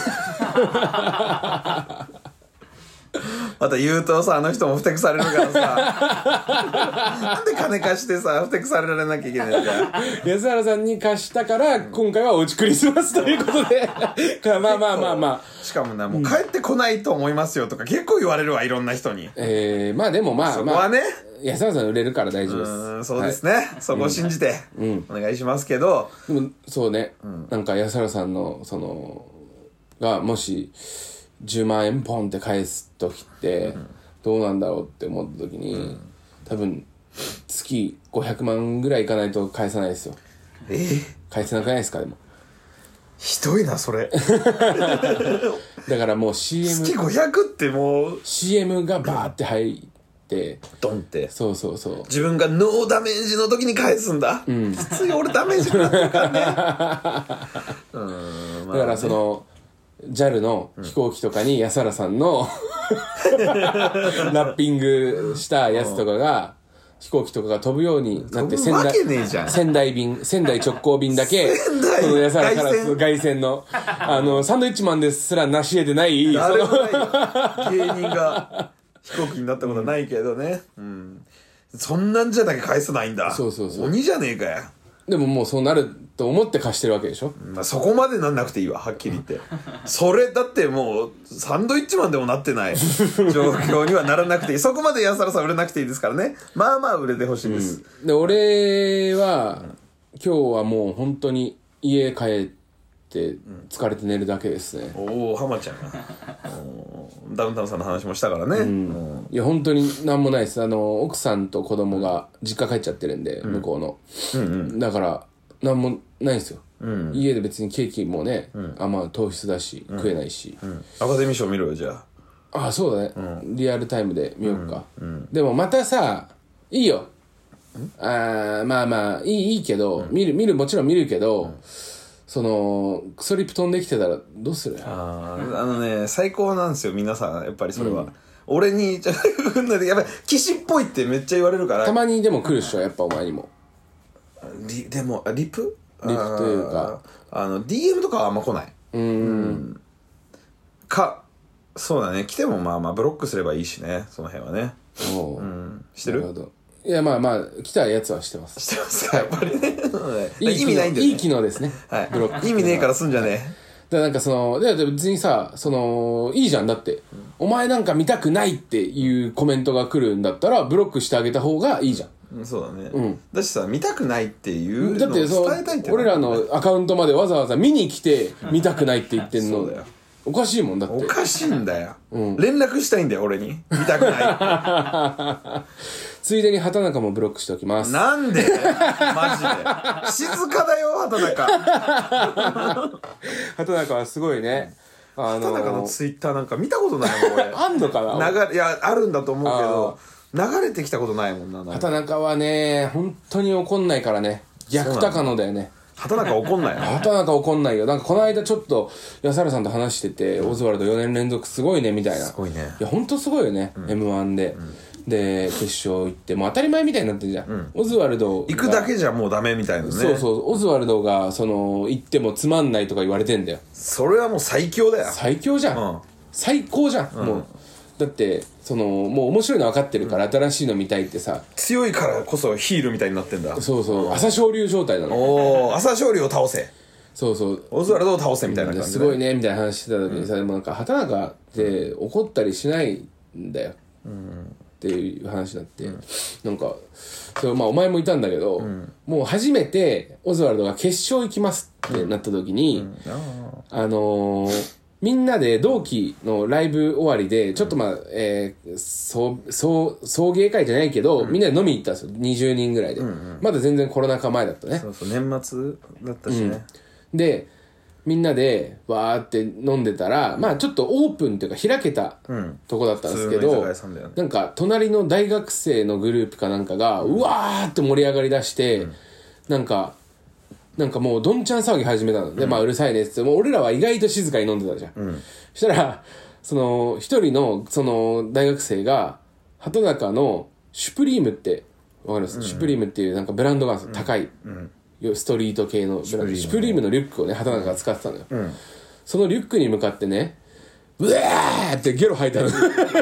また言うとさあの人もふてくされるからさなんで金貸してさふてくされられなきゃいけないんだよ。 安原さんに貸したから今回はおうちクリスマスということでまあまあまあまあしかもねもう帰ってこないと思いますよとか結構言われるわいろんな人に。 えー、まあでもまあそこはね、まあ、安原さん売れるから大丈夫です。 うんそうですね、はい、そこを信じて、うん、お願いしますけど。 でもそうね、うん、なんか安原さんのそのがもしじゅうまんえんポンって返す時ってどうなんだろうって思った時に、うん、多分月ごひゃくまんぐらいいかないと返さないですよ。 えー、 返せなくないですか。でもひどいなそれ。 だからもう シーエム月ごひゃくってもうシーエム がバーって入ってドンってそうそうそう自分がノーダメージの時に返すんだ、うん、きつい俺ダメージになってるからね。うん、 まあね、だからそのジャル の飛行機とかに安原さんのラッピングしたやつとかが飛行機とかが飛ぶようになって仙台仙台便仙台直行便だけその安原から凱旋のあのサンドイッチマンですら成し得てない誰もない芸人が飛行機になったことはないけどね、うん、そんなんじゃだけ返せないんだ。 そうそうそう鬼じゃねえかや。 でももうそうなると思って貸してるわけでしょ。 まあ、そこまでなんなくていいわはっきり言ってそれだってもうサンドイッチマンでもなってない状況にはならなくていい。そこまで安原さん売れなくていいですからね。まあまあ売れてほしいです、 うん、で俺は、うん、今日はもう本当に家帰って疲れて寝るだけですね、 うん、おお浜ちゃんがダウンタウンさんの話もしたからね、うんうん、いや本当に何もないです。あの奥さんと子供が実家帰っちゃってるんで、うん、向こうの、うんうん、だから何もないんですよ、うん、家で別にケーキもね、うん、あんま糖質だし、うん、食えないし、 うん、アカデミー賞見ろよじゃあ。ああそうだね、うん、リアルタイムで見ようか、うんうん、でもまたさいいよあまあまあいいいいけど、うん、見る見るもちろん見るけど、うん、そのクソリップ飛んできてたらどうする？ ああのね最高なんですよ皆さんやっぱりそれは、うん、俺にちょっとやっぱり騎士っぽいってめっちゃ言われるからたまにでも来るっしょやっぱお前にもリでもリプリプというかあの ディーエム とかはあんま来ない。 うーん、うん、 かそうだね来てもまあまあブロックすればいいしねその辺はね。おう、うん、してる？ いやまあまあ来たやつはしてます。 してますかやっぱりねいい意味ないんだよね。いい機能ですね、 はい、ブロック意味ねえからすんじゃねえ。 だからなんかそので別にさそのいいじゃんだって、うん、お前なんか見たくないっていうコメントが来るんだったらブロックしてあげた方がいいじゃん。 うん、そうだね、うん、だしさ見たくないっていうのを伝えたいって、 俺らのアカウントまでわざわざ見に来て見たくないって言ってんのそうだよおかしいもんだって。 おかしいんだよ、うん、連絡したいんだよ俺に見たくないついでに畑中もブロックしておきます。 なんでマジで静かだよ畑中畑中はすごいね。 あのー、畑中のツイッターなんか見たことないもん俺あんのかな。 流れいやあるんだと思うけど流れてきたことないもんな。 畑中はね本当に怒んないからね。逆高野だよね。 畑中怒んないよ、ね、 畑中怒んないよ。なんかこの間ちょっと安原さんと話してて、うん、オズワルドよねん連続すごいねみたいな。 すごいね。 いや本当すごいよね、うん、エムワン で、うん、で決勝行ってもう当たり前みたいになってるじゃん、うん、オズワルド行くだけじゃもうダメみたいなね。 そうそうオズワルドがその行ってもつまんないとか言われてんだよ。 それはもう最強だよ。 最強じゃん、うん、最高じゃん、うん、もうだってそのもう面白いの分かってるから、うん、新しいの見たいってさ強いからこそヒールみたいになってんだ。 そうそう、うん、朝青龍状態なの。 おお朝青龍を倒せ。 そうそうオズワルドを倒せみたいな感じで、 すごいねみたいな話してた時にさ、うん、でもなんか畑中って怒ったりしないんだよ、うん、っていう話になって、うん、なんかそれまあお前もいたんだけど、うん、もう初めてオズワルドが決勝行きますってなった時に、うん、あのーみんなで同期のライブ終わりでちょっとまあ、えー、そうそう送迎会じゃないけど、うん、みんなで飲みに行ったんですよ。にじゅうにんぐらいで、うんうん、まだ全然コロナ禍前だったね。 そうそう年末だったしね、 うん、でみんなでわーって飲んでたら、うん、まあちょっとオープンっていうか開けたとこだったんですけど、うんね、なんか隣の大学生のグループかなんかが、うん、うわーって盛り上がりだして、うん、なんかなんかもうどんちゃん騒ぎ始めたので、うん、まあうるさいねっつってもう俺らは意外と静かに飲んでたじゃん、うん、そしたらその一人のその大学生が畑中のシュプリームってわかります、うん、シュプリームっていうなんかブランドが高い、うんうん、ストリート系のブランドシュプリームのリュックをね畑中が使ってたのよ、うん、そのリュックに向かってねうわーってゲロ吐いたの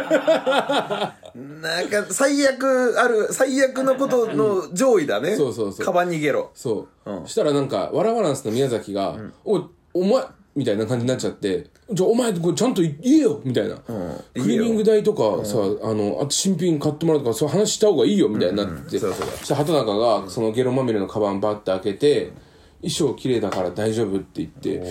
なんか最悪ある最悪のことの上位だね、うん、そうそうそうカバンにゲロそう、うん、したらなんかワラバランスの宮崎が、うん、おお前みたいな感じになっちゃってじゃあお前これちゃんと言えよみたいな、うん、クリーニング代とかさ、うん、あのあと新品買ってもらうとかそう話した方がいいよみたいになって、うんうん、そうそうそしたら畑中がそのゲロまみれのカバンバッて開けて衣装綺麗だから大丈夫って言って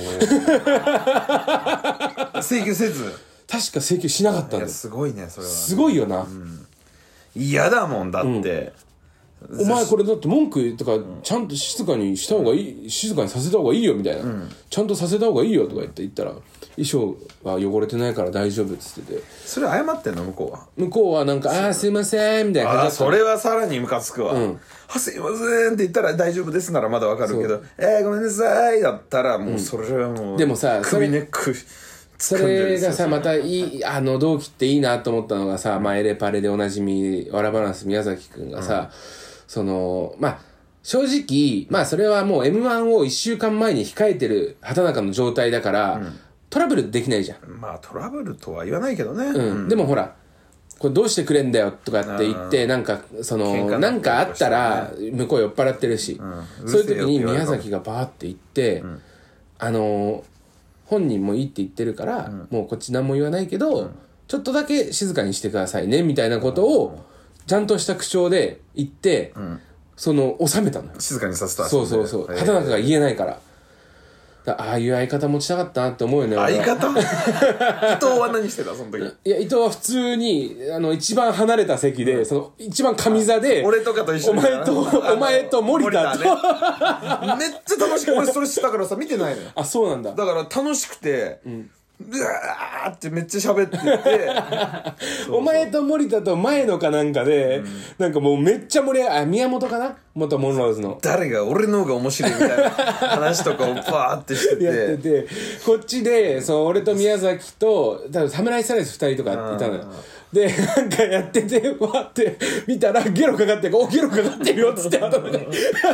請求せず確か請求しなかったんだよ。いやすごいねそれは。 すごいよな。 嫌、うん、だもんだって、 うん、お前これだって文句とかちゃんと静かにした方がいい、うん、静かにさせた方がいいよみたいな、うん、ちゃんとさせた方がいいよとか言って言ったら衣装は汚れてないから大丈夫っつってて。 それ謝ってんの向こうは。 向こうはなんかあーすいませんみたいな感じだった。 あそれはさらにムカつくわ、うん、あすいませんって言ったら大丈夫ですならまだわかるけどえー、ごめんなさいだったらもうそれはもう、うん、 でもさ首根っこそれがさまたいいあの同期っていいなと思ったのがさ、うん、まあ、エレパレでおなじみワラバランス宮崎くんがさ、うん、そのまあ正直まあそれはもう エムワン をいっしゅうかんまえに控えてる畑中の状態だから、うん、トラブルできないじゃん。 まあトラブルとは言わないけどね、うんうん、でもほらこれどうしてくれんだよとかって言ってなんかそのなんかあったら向こう酔っ払ってるし、うん、そういう時に宮崎がバーって言って、うん、あの本人もいいって言ってるから、うん、もうこっち何も言わないけど、うん、ちょっとだけ静かにしてくださいねみたいなことをちゃんとした口調で言って、うん、その収めたのよ。 静かにさせた。 そうそうそう。畑中が言えないから。だああいう相方持ちたかったなって思うよね。 相方伊藤は何してたその時。 いや伊藤は普通にあの一番離れた席で、うん、その一番上座で俺とかと一緒にお前とお前と森田と、ね、 めっちゃ楽しく俺それしたからさ見てないのよ。 あそうなんだ。 だから楽しくて、うん、 うわーってめっちゃ喋っててお前と森田と前のかなんかで、うん、なんかもうめっちゃ盛り上があ宮本かな元モンローズの誰が俺の方が面白いみたいな話とかをパーってしててやっててこっちでそう俺と宮崎と多分サムライサライスふたりとかいたのよでなんかやっててわーって見たらゲロかかっておゲロかかってるよっつって頭で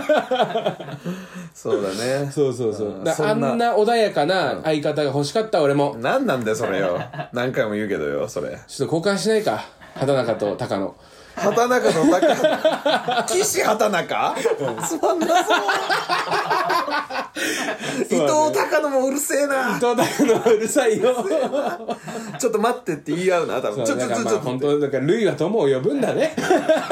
そうだねそうそうそう、だあんな穏やかな相方が欲しかった俺も。 何なんだよそれよ何回も言うけどよそれちょっと交換しないか畑中と高野畑中と高野岸畑中つまんなそう伊藤高野もうるせえな伊藤高野うるさいよちょっと待ってって言い合うな多分ちょちょちょちょ本当だから類は友を呼ぶんだね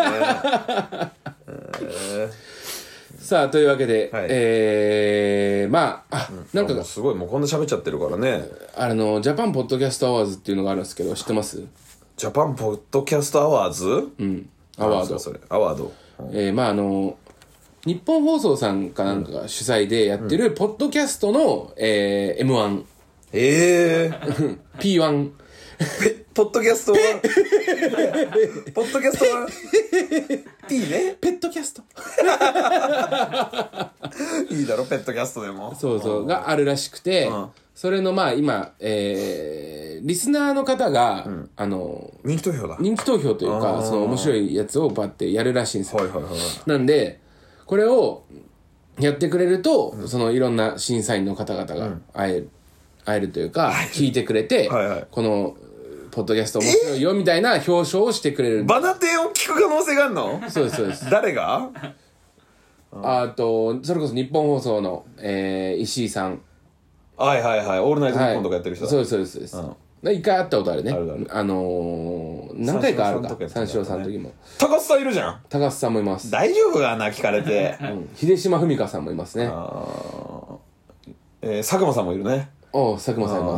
さあというわけで、はい、えー、まああ、うん、なんかすごいもうこんな喋っちゃってるからねあのジャパンポッドキャストアワーズっていうのがあるんですけど知ってます？ ジャパンポッドキャストアワーズ？ うんアワードそれアワード、 うん、えー、まああの日本放送さんかなんかが主催でやってるポッドキャストの、えー、エムワンえーピーワンポッドキャストはポッドキャストは P ねペットキャストいいだろペットキャストでもそうそう、うん、があるらしくて、うん、それのまあ今、えー、リスナーの方が、うん、あの人気投票だ人気投票というかその面白いやつをバッてやるらしいんですよ、 はいはいはい、 なんでこれをやってくれると、うん、そのいろんな審査員の方々が会える、うん、会えるというか聞いてくれて、はいはい、このポッドキャスト面白いよみたいな表彰をしてくれる。 バナテンを聞く可能性があるの？ そうですそうです。 誰が？ あとそれこそ日本放送の、えー、石井さん。 はいはいはい。オールナイトニッポンとかやってる人だ。 はい、そうですそうですそうです。うん、一回会ったことあるね。あるある。あのー、何回かあるか。三四郎さんの時も。 高須さんいるじゃん。 高須さんもいます。 大丈夫かな聞かれて。 うん、秀島文香さんもいますね。あえー、佐久間さんもいるね。 お佐久間さんいます。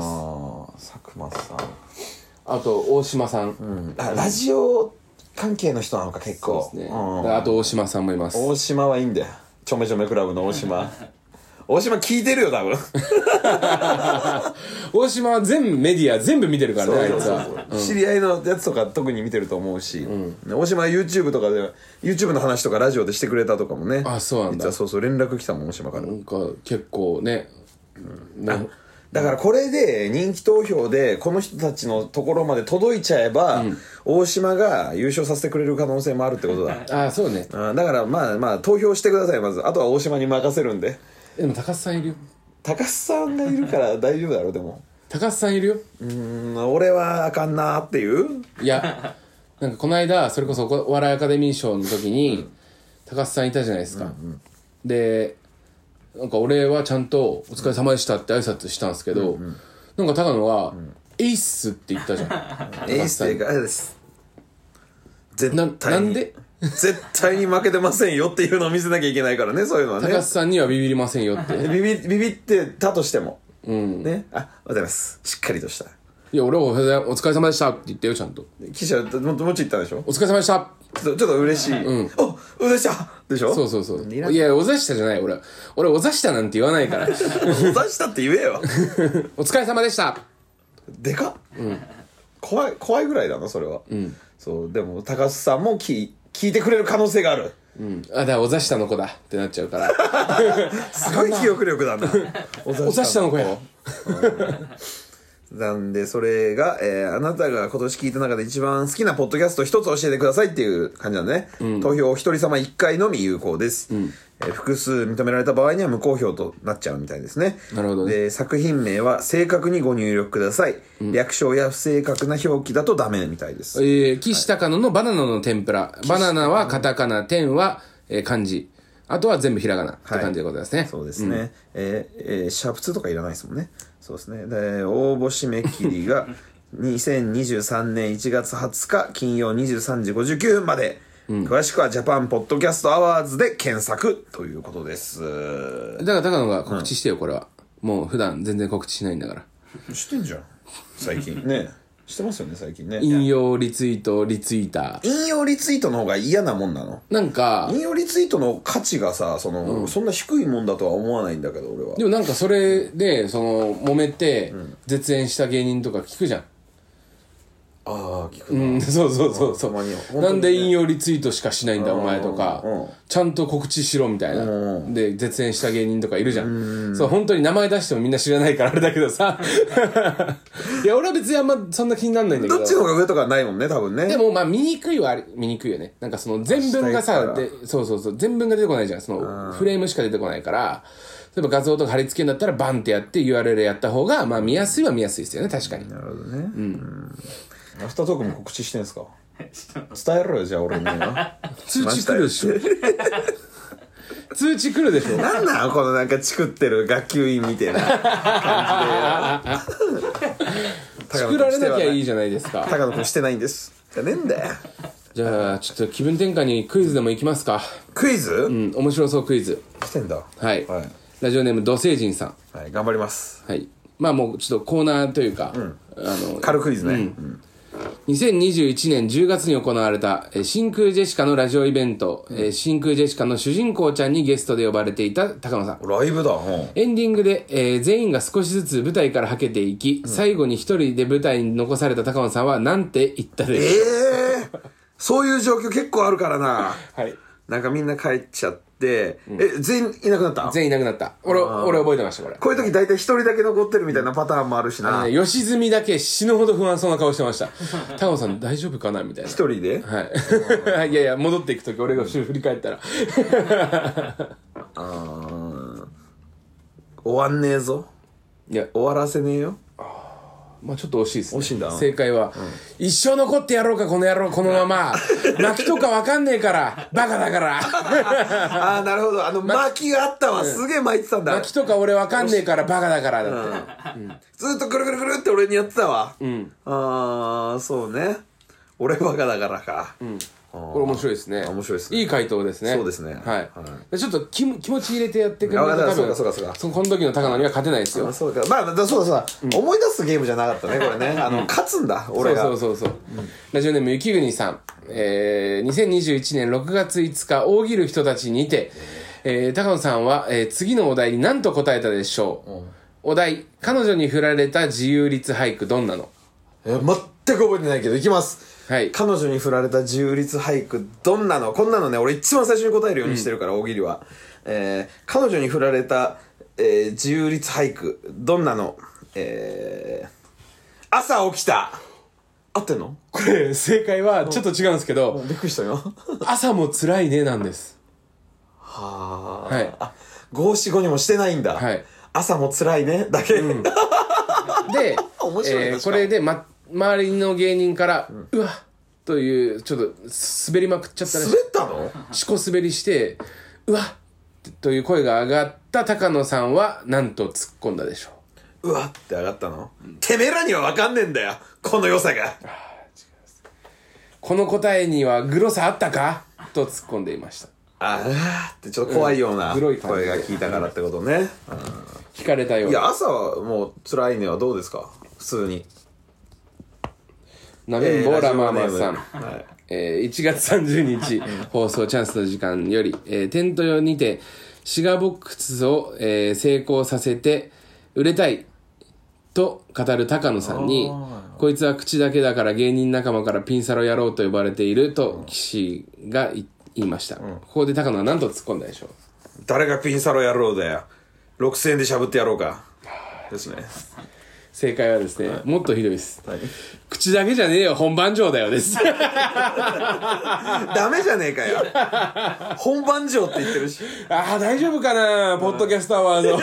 佐久間さん。 あと大島さん、うん、 あラジオ関係の人なのか結構そうですね、うん、あと大島さんもいます。 大島はいいんだよちょめちょめクラブの大島大島聞いてるよ多分大島は全部メディア全部見てるからねあいつは、 うん、知り合いのやつとか特に見てると思うし、うん、大島は YouTube とかで YouTube の話とかラジオでしてくれたとかもね。 あそうなんだ。 実はそうそう連絡来たもん大島から。 なんか結構ね、 うん、ねだからこれで人気投票でこの人たちのところまで届いちゃえば、うん、大島が優勝させてくれる可能性もあるってことだ。 ああそうね。 あだからまあまあ投票してくださいまず。あとは大島に任せるんで。 でも高須さんいるよ。 高須さんがいるから大丈夫だろうでも。 高須さんいるよ。 うーん俺はあかんなっていう。 いやなんかこの間それこそお笑いアカデミー賞の時に、うん、高須さんいたじゃないですか。うんうん、でなんか俺はちゃんとお疲れ様でしたって挨拶したんですけど、うんうん、なんか高野が、うん、エイスって言ったじゃん。 エイスってかあれです。絶対な、なんで絶対に負けてませんよっていうのを見せなきゃいけないからねそういうのはね。 高須さんにはビビりませんよって。 ビビビビってたとしても、うん、ねあおはようございますしっかりとした。 いや俺はお疲れ様でしたって言ってよちゃんと。 記者ももうちょい言ったでしょ。お疲れ様でした。 ちょっと嬉しい。うん。お、おざしたでしょ。 そうそうそう。いや、おざしたじゃない俺。俺おざしたなんて言わないから。 おざしたって言えよ。 お疲れ様でした。 でかっ。うん。怖い怖いぐらいだなそれは。うん。そうでも高須さんも聞聞いてくれる可能性がある。 うん。あだからおざしたの子だってなっちゃうから。 すごい記憶力だな。 おざしたの子や。 なんでそれが、えー、あなたが今年聞いた中で一番好きなポッドキャスト一つ教えてくださいっていう感じなんでね、うん、投票お一人様一回のみ有効です、うんえー、複数認められた場合には無効票となっちゃうみたいですね。 なるほどね。 で作品名は正確にご入力ください、うん、略称や不正確な表記だとダメみたいです。 えー、岸高野のバナナの天ぷら、はい、バナナはカタカナ、天は、えー、漢字、あとは全部ひらがなって感じでございますね、はい、 そうですね、うん、えーえー、シャープツーとかいらないですもんね。そうですね。で応募締め切りがにせんにじゅうさんねんいちがつはつか金曜にじゅうさんじごじゅうきゅうふんまで、うん、詳しくはジャパンポッドキャストアワーズで検索ということです。 だから高野が告知してよ、うん、これはもう普段全然告知しないんだから。 してんじゃん最近ね。 してますよね最近ね。 引用リツイートリツイーター。 引用リツイートの方が嫌なもんなの？ なんか引用リツイートの価値がさ、その、うん、そんな低いもんだとは思わないんだけど俺は。 でもなんかそれでその揉めて絶縁した芸人とか聞くじゃん。 ああ聞くな、 うん、そうそうそうそう、ね、なんで引用リツイートしかしないんだお前とか、うん、ちゃんと告知しろみたいな、うん、で絶縁した芸人とかいるじゃん、うん、そう本当に名前出してもみんな知らないからあれだけどさいや俺は別にあんまそんな気になんないんだけど、 どっちの方が上とかないもんね多分ね。でもまあ見にくいはあれ見にくいよね。なんかその全文がさでそうそうそう全文が出てこないじゃん。そのフレームしか出てこないから、例えば画像とか貼り付けんだったらバンってやって ユーアールエル やった方がまあ見やすいは見やすいですよね。確かに。 なるほどね。うん。アフタートークも告知してんすか？伝えろよじゃあ俺には。 通知来るでしょ。通知来るでしょ。 なんなんこのなんかチクってる学級委員みたいな感じで。作られなきゃいいじゃないですか。 高野くんしてないんです。じゃねえんだよ。 じゃあちょっと気分転換にクイズでもいきますか。 クイズ？ うん、面白そうクイズ。 来てんだ。 はい。はい、ラジオネーム土星人さん。 はい、頑張ります。 はい。まあもうちょっとコーナーというか、うん、 あの軽クイズね。うんうんにせんにじゅういちねんじゅうがつに行われた、えー、真空ジェシカのラジオイベント、うんえー、真空ジェシカの主人公ちゃんにゲストで呼ばれていた高野さん。 ライブだ、うん、 エンディングで、えー、全員が少しずつ舞台からはけていき、うん、最後に一人で舞台に残された高野さんは何て言ったでしょう？ えー、そういう状況結構あるからな。 はい。 なんかみんな帰っちゃって、うん、え全員いなくなった？ 全員いなくなった。俺俺覚えてましたこれ。 こういう時大体一人だけ残ってるみたいなパターンもあるしな。 ね、吉住だけ死ぬほど不安そうな顔してました。高野さん大丈夫かなみたいな。 一人で？ はい。いやいや戻っていく時俺が後ろ振り返ったら。 あー終わんねえぞ。いや終わらせねえよ。 まあちょっと惜しいですね。 惜しいんだ。 正解は、うん、一生残ってやろうかこの野郎このまま巻きとかわかんねえからバカだからああなるほどあの巻きがあったわ、うん、すげえ巻いてたんだ。 巻きとか俺わかんねえからバカだからだって、 うんうん、ずっとくるくるくるって俺にやってたわ。 うん、 ああそうね俺バカだからか、 うんこれ面白いですね。 面白いですね。 いい回答ですね。 そうですね。 はい。はい、ちょっと気気持ち入れてやってくれると多分そうかそうかそうか。 そのこの時の高野には勝てないですよ。 あそうか。まあだそうだそうだ、うん。思い出すゲームじゃなかったねこれね。あの、うん、勝つんだ俺が。 そうそうそうそう。うん、ラジオネーム雪国さん。えー、にせんにじゅういちねんろくがついつか大喜利人たちにて、えー、高野さんは、えー、次のお題に何と答えたでしょう。うん、お題彼女に振られた自由律俳句どんなの？ えー、全く覚えてないけどいきます。 はい、 彼女に振られた自由律俳句どんなの？こんなのね俺一番最初に答えるようにしてるから、うん、大喜利は、えー、彼女に振られた、えー、自由律俳句どんなの？えー、朝起きた。合ってんの？ これ正解はちょっと違うんですけど、 うん、びっくりしたよ朝も辛いねなんです。 はあ、 はい、 あ五七五にもしてないんだ、はい、朝も辛いねだけ、うん、で面白い、 えー、これでま周りの芸人から、うん、うわっというちょっと滑りまくっちゃったらしい。 滑ったの？ しこ滑りしてうわっという声が上がった高野さんは何と突っ込んだでしょう？うわって上がったの、うん、てめえらには分かんねえんだよこの良さが。 この答えにはグロさあったかと突っ込んでいました。 ああってちょっと怖いような声が聞いたからってことね、うん、 聞かれたような。 いや朝はもう辛いねはどうですか普通に。 なめんぼラマーマさん、はいえー、いちがつさんじゅうにち放送チャンスの時間より、えー、テント用にてシガーボックスを、えー、成功させて売れたいと語る高野さんに、こいつは口だけだから芸人仲間からピンサロ野郎と呼ばれていると岸が言いました、うん、ここで高野は何と突っ込んだでしょう？ 誰がピンサロ野郎だよ、ろくせんえんでしゃぶってやろうかですね。 正解はですね、はい、もっとひどいです、はい、口だけじゃねえよ本番上だよですダメじゃねえかよ本番上って言ってるし。 ああ大丈夫かなポッドキャストアワード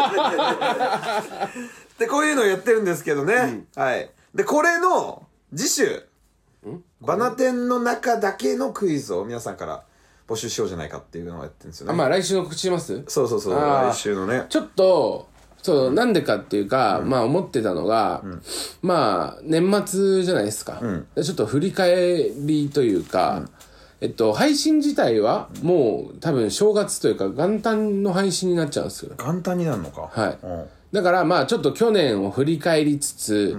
でこういうのをやってるんですけどね、うん、はいでこれの次週バナテンの中だけのクイズを皆さんから募集しようじゃないかっていうのをやってるんですよね。 あまあ来週の告知します？ そうそうそう来週のね。 ちょっとそう、うん、なんでかっていうか、うん、まあ思ってたのが、うん、まあ年末じゃないですか、うん、ちょっと振り返りというか、うん、えっと配信自体はもう多分正月というか元旦の配信になっちゃうんですよ。 元旦になるのか。 はい、うん、だからまあちょっと去年を振り返りつつ、うん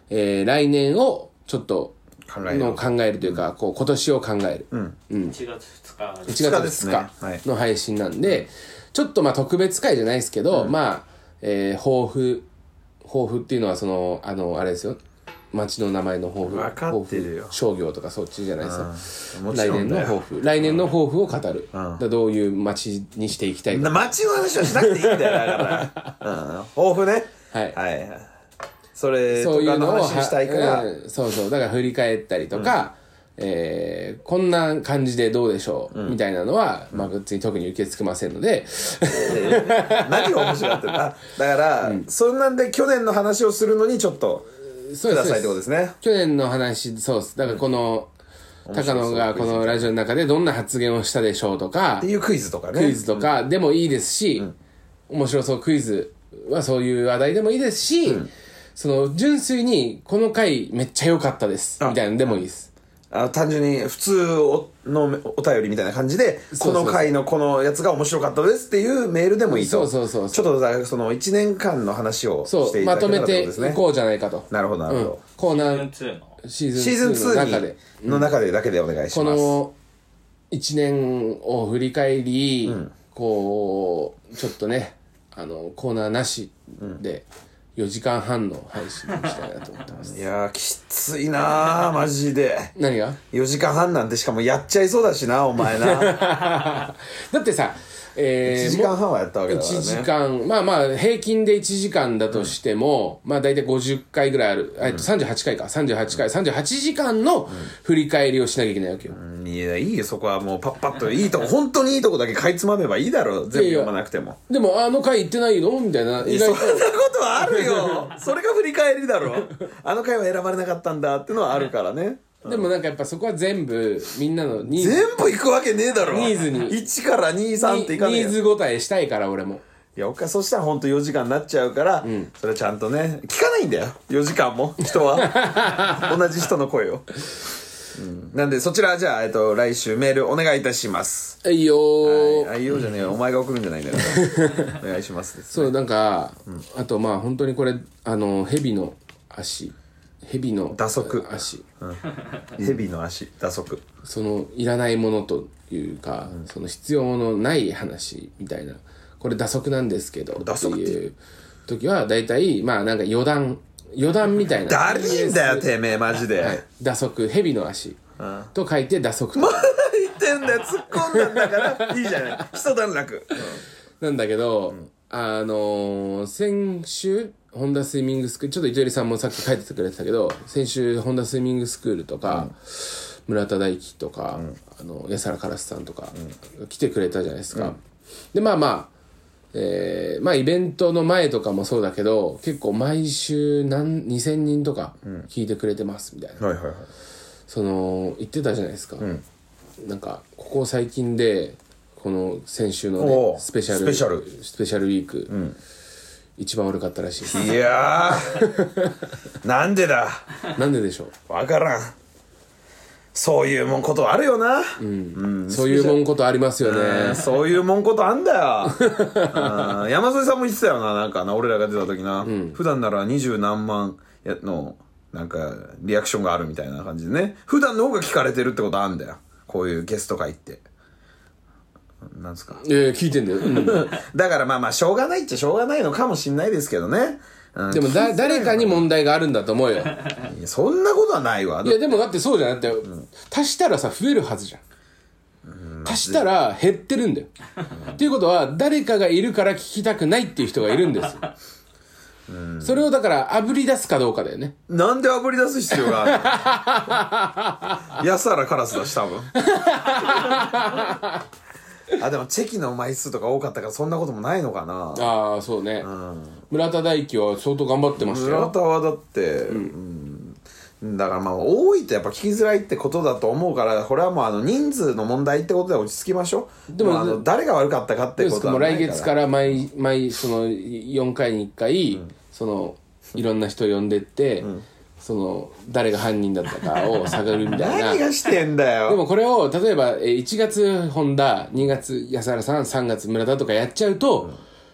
えー、来年をちょっと考えるの考えるというか、こう今年を考える、 うんうん、 いちがつふつかいちがつふつかの配信なんで、はい、ちょっとまあ特別回じゃないですけど、うん、まあ、えー、抱負抱負っていうのはそのあのあれですよ、町の名前の抱負、 分かってるよ、 商業とかそっちじゃないですよ、 うん、 来年の抱負、来年の抱負を語る、うん、だどういう町にしていきたいか、 町の話はしなくていいんだよだから、うん、抱負ね、はい、はい、それとかの話したいから、 うん、そうそう、だから振り返ったりとか、うん、えー、こんな感じでどうでしょう、うん、みたいなのは、まあ、別に特に受け付けませんので、 何が面白かったんだだから、うん、そんなんで去年の話をするのにちょっとくださいってことですね。 去年の話、そうです。だからこの、うん、高野がこのラジオの中でどんな発言をしたでしょうとかっていうクイズとかね、 クイズとかでもいいですし、うん、面白そうクイズはそういう話題でもいいですし、うん、その純粋にこの回めっちゃ良かったですみたいなのでもいいです。 あ、単純に普通のお便りみたいな感じで、この回のこのやつが面白かったですっていうメールでもいいと。 そうそうそうちょっとだそのいちねんかんの話をしていただけたらってことですね。 まとめていこうじゃないかと。 なるほどなるほど、うん、 コーナーシーズンツーの中での中でだけでお願いします。 このいちねんを振り返り、うん、こうちょっとね、あのコーナーなしで、うん、よじかんはんの配信にしたいなと思ってます。 いやーきついなーマジで。 何がよじかんはんなんて、しかもやっちゃいそうだしなお前なだってさ、えー、 いちじかんはんはやったわけだからね。 いちじかん、まあまあ平均でいちじかんだとしても、うん、まあ大体ごじゅっかいぐらいある、えっとさんじゅうはちかいか、さんじゅうはちかい、さんじゅうはちじかんの振り返りをしなきゃいけないわけよ、 うん、いやいいよ、そこはもうパッパッといいとこ本当にいいとこだけかいつまめばいいだろう、全部読まなくても。いやいや、 でもあの回言ってないのみたいな、 意外とそんなことはあるよそれが振り返りだろあの回は選ばれなかったんだってのはあるからね。 でもなんかやっぱそこは全部みんなのニーズ、 全部行くわけねえだろ、 ニーズにいちからに、さんっていかねえよ。 ニーズ答えしたいから俺も。 いや、そしたらほんとよじかんになっちゃうから、うん、それちゃんとね聞かないんだよよじかんも人は同じ人の声を、うん、なんでそちらじゃあ、えっと、来週メールお願いいたします。 はいよー、 はい、はいよーじゃねえよ、お前が送るんじゃないんだよお願いしますです、ね、 そうなんか、うん、あとまあ本当にこれあの蛇の足蛇の打足足、 うん、蛇の足打足、 そのいらないものというか、うん、その必要のない話みたいな、これ打足なんですけどっていう時は大体まあなんか余談余談みたいな、 だるいんだよてめえマジで、はい、 打足蛇の足、うん、と書いて打足まだ言ってんだよ、突っ込んだんだからいいじゃない一段落、 うん、なんだけど、うん、あのー、先週ホンダスイミングスクール、ちょっと糸入さんもさっき書いててくれてたけど、先週ホンダスイミングスクールとか、うん、村田大樹とか、うん、あの安原カラスさんとか、うん、来てくれたじゃないですか、うん、でまあまあ、えー、まあイベントの前とかもそうだけど結構毎週何にせんにんとか聞いてくれてますみたいな、うんはいはいはい、その言ってたじゃないですか、うん、なんかここ最近でこの先週の、ね、スペシャルスペシャルスペシャルウィーク、うん一番悪かったらしいです。 いやーなんでだなんででしょう、分からん。そういうもんことあるよな、 うんうん、そういうもんことありますよね。 そういうもんことあんだよ山添さんも言ってたよな、なんかな、俺らが出た時な、うん、普段なら二十何万のなんかリアクションがあるみたいな感じでね、普段の方が聞かれてるってことあんだよ、こういうゲスト会って。なんすか、 えー、聞いてんだよ、うん、 だからまあまあしょうがないっちゃしょうがないのかもしんないですけどね、 うん、でもだ誰かに問題があるんだと思うよ。いやそんなことはないわ。 いやでもだってそうじゃん、だって、うん、足したらさ増えるはずじゃん、うん、足したら減ってるんだよ、うん、っていうことは誰かがいるから聞きたくないっていう人がいるんですよ、うん、それをだから炙り出すかどうかだよね。 なんで炙り出す必要がある安原カラスだし多分あでもチェキの枚数とか多かったからそんなこともないのかな。 ああそうね、うん、村田大樹は相当頑張ってましたよ。 村田はだって、うんうん、だからまあ多いとやっぱ聞きづらいってことだと思うから、これはもうあの人数の問題ってことで落ち着きましょう。でも、まあ、あの誰が悪かったかってことはないから。 もう来月から毎毎そのよんかいにいっかい、うん、そのいろんな人呼んでって、うん、その誰が犯人だったかを探るみたいな何がしてんだよ。 でもこれを例えばいちがつ本田、にがつ安原さん、さんがつ村田とかやっちゃうと、うん、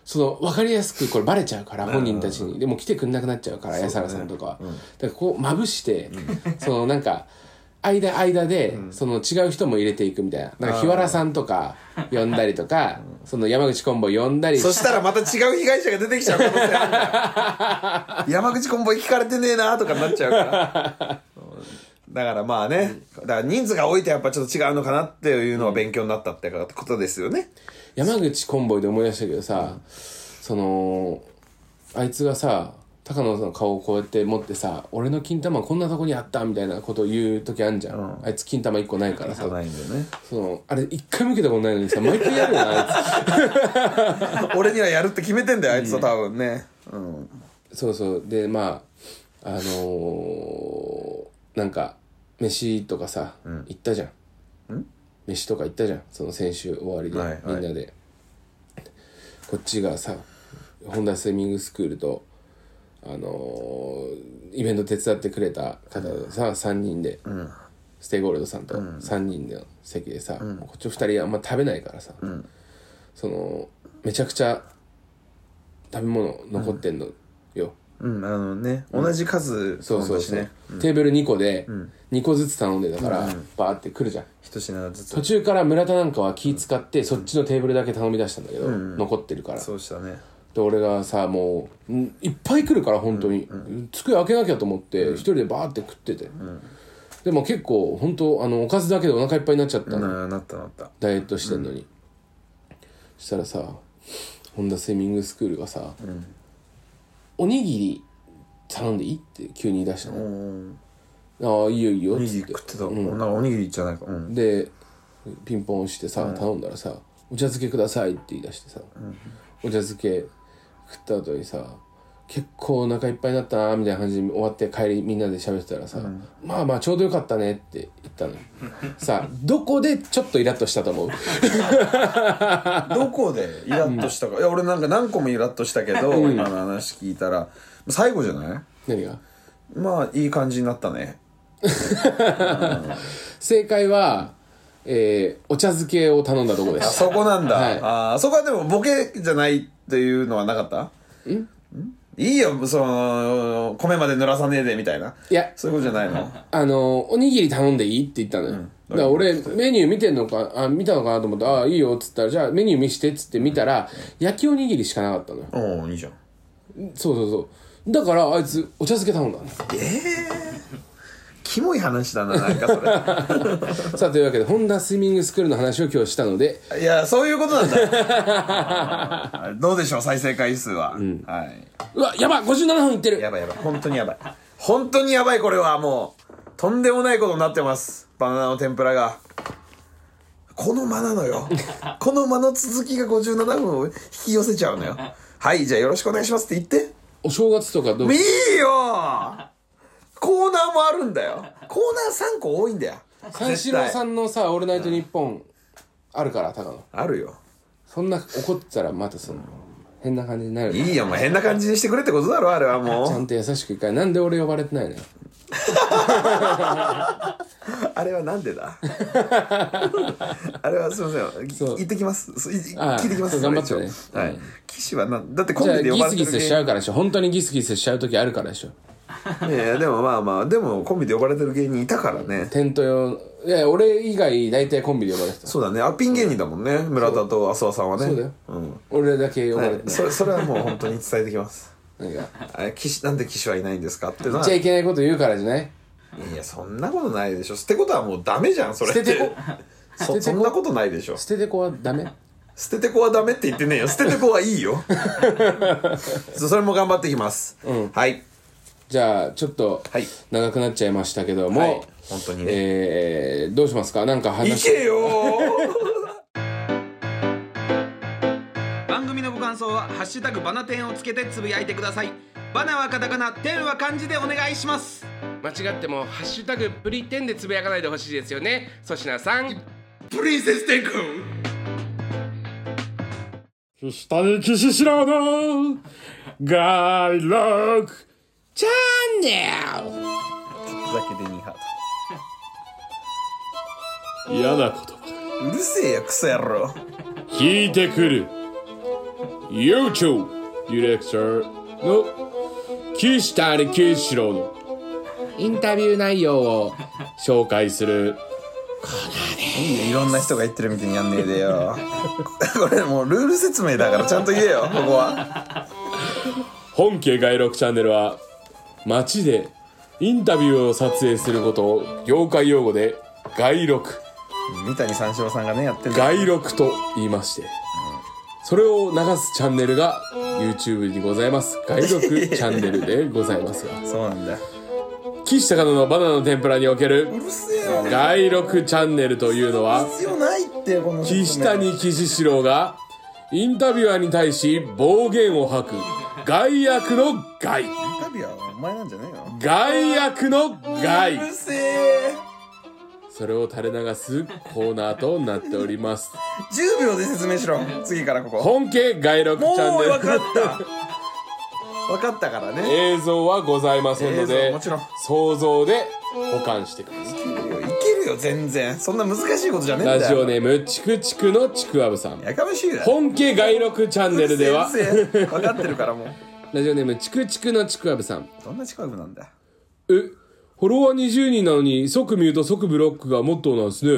その分かりやすくこれバレちゃうから本人たちにでも来てくんなくなっちゃうから安原さんとかは、うん、だからこうまぶして、うん、そのなんか間間で、うん、その違う人も入れていくみたいな、なんか日原さんとか呼んだりとか、その山口コンボイ呼んだりそしたらまた違う被害者が出てきちゃう可能性あるんだよ山口コンボイ聞かれてねえなとかになっちゃうからだからまあね、だから人数が多いとやっぱちょっと違うのかなっていうのは勉強になったってことですよね。 山口コンボイで思い出したけどさ、うん、そのあいつがさ高野さんの顔をこうやって持ってさ、俺の金玉こんなとこにあったみたいなことを言う時あんじゃん、うん、あいつ金玉いっこないからさないんだよね。 そのあれ一回も受けたことないのにさ毎回やるよなあいつ俺にはやるって決めてんだよあいつは多分ね、うんうん、 そうそうでまああのー、なんか飯とかさ、うん、行ったじゃん、ん飯とか行ったじゃんその先週終わりで、はいはい、みんなでこっちがさ本田スイミングスクールとあのー、イベント手伝ってくれた方さ、うん、さんにんで、うん、ステイゴールドさんとさんにんの席でさ、うん、こっちふたりあんま食べないからさ、うん、そのめちゃくちゃ食べ物残ってんのよ、 うんうん、あのね、うん、同じ数、 ね、そうそうそう、うん、テーブルにこでにこずつ頼んでたから、うん、バーって来るじゃん一品ずつ途中から村田なんかは気使って、うん、そっちのテーブルだけ頼み出したんだけど、うん、残ってるからそうしたねで俺がさもういっぱい来るから本当に、うんうん、机開けなきゃと思って一、うん、人でバーって食ってて、うん、でも結構本当あのおかずだけでお腹いっぱいになっちゃったの、 うん、なったなったダイエットしてんのに、うん、そしたらさ本田スイミングスクールがさ、うん、おにぎり頼んでいいって急に言い出したの、うん、ああいいよいいよっつっておにぎり食ってた、うん、なんかおにぎりじゃないか、うん、でピンポン押してさ、うん、頼んだらさお茶漬けくださいって言い出してさ、うん、お茶漬け食った後にさ結構お腹いっぱいになったなみたいな感じで終わって帰りみんなで喋ってたらさ、うん、まあまあちょうどよかったねって言ったのさあどこでちょっとイラッとしたと思うどこでイラッとしたか、うん、いや俺なんか何個もイラッとしたけど、うん、今の話聞いたら最後じゃない？ 何が？ まあいい感じになったね、うん、 正解はえー、お茶漬けを頼んだとこでした。 そこなんだ、はい、あそこはでもボケじゃないっていうのはなかった？ん？ん？いいよその米まで濡らさねえでみたいな。 いやそういうことじゃないの？ あのおにぎり頼んでいいって言ったのよ、うん、だから俺メニュー見てんのかあ見たのかなと思ってああいいよっつったらじゃあメニュー見してっつって見たら焼きおにぎりしかなかったのよ。 おおいいじゃん。 そうそうそうだからあいつお茶漬け頼んだの。 ええーキモい話だななんかそれさあというわけでホンダスイミングスクールの話を今日したのでいやそういうことなんだどうでしょう再生回数は、うん、はい、 うわやばいごじゅうななふんいってるやばいやばい本当にやばい本当にやばいこれはもうとんでもないことになってますバナナの天ぷらがこの間なのよこの間の続きがごじゅうななふんを引き寄せちゃうのよはいじゃあよろしくお願いしますって言ってお正月とかどういいよコーナーもあるんだよコーナーさんこ多いんだよ三四郎さんのさオールナイトニッポンあるから高野あるよそんな怒ってたらまたその変な感じになるいいよもう変な感じにしてくれってことだろあれはもうちゃんと優しくいかないなんで俺呼ばれてないのよあれはなんでだあれはすいません行ってきます聞いてきます頑張ってねはい、岸はなんだってコンビで呼ばれてるギスギスしちゃうからでしょ本当にギスギスしちゃう時あるからでしょいやでもまあまあでもコンビで呼ばれてる芸人いたからねテント用いや俺以外大体コンビで呼ばれてたそうだねアピン芸人だもんね村田と浅輪さんはねそうだよ、うん、俺だけ呼ばれてない、 はい、そ, それはもう本当に伝えてきます何が岸なんで岸はいないんですかって言っちゃいけないこと言うからじゃないいやそんなことないでしょってことはもうダメじゃんそれって捨ててこそ, そんなことないでしょ捨ててこはダメ捨ててこはダメって言ってねえよ捨ててこはいいよそれも頑張ってきます、うん、はいじゃあちょっと長くなっちゃいましたけども、はい、 本当にね、 えー、どうしますかなんか話いけよ番組のご感想はハッシュタグバナテンをつけてつぶやいてくださいバナはカタカナテンは漢字でお願いします間違ってもハッシュタグプリテンでつぶやかないでほしいですよね粗品さんプリンセステン君岸谷岸白のガイロックチャンネルちょっとだけでにハート嫌な言葉うるせえよクソ野郎聞いてくる YouTube ディレクターの岸谷岸四郎のインタビュー内容を紹介するいいよ、いろんな人が言ってるみたいにやんねえでよこれもうルール説明だからちゃんと言えよ、ここは。 本家外録チャンネルは街でインタビューを撮影することを業界用語で外録三谷三四郎さんがねやってる外録と言いまして、それを流すチャンネルが YouTube にございます。外録チャンネルでございますがそうなんだよ。 岸高野のバナナの天ぷらにおけるうるせえよ、 外録チャンネルというのは、 必要ないってこの岸谷岸四郎がインタビュアーに対し暴言を吐く害悪の害、 インタビュアーはお前なんじゃねえの。 害悪の害、 うるせえ。 それを垂れ流すコーナーとなっております。 じゅうびょうで説明しろ、次からここ。 本家外録チャンネル、 もう分かった分かったからね。 映像はございませんの映で像もちろん想像で保管してください。 いけるよ、いけるよ、全然そんな難しいことじゃねえんだよ。 ラジオネームチクチクのちくわぶさん、 やかましいな。 本家外録チャンネルではうるせえうるせえ分かってるからもうラジオネームチクチクのちくわぶさん、 どんな近くなんだ。 えフォロワーにじゅうにんなのに即ミュート即ブロックがモットーなんですね。へ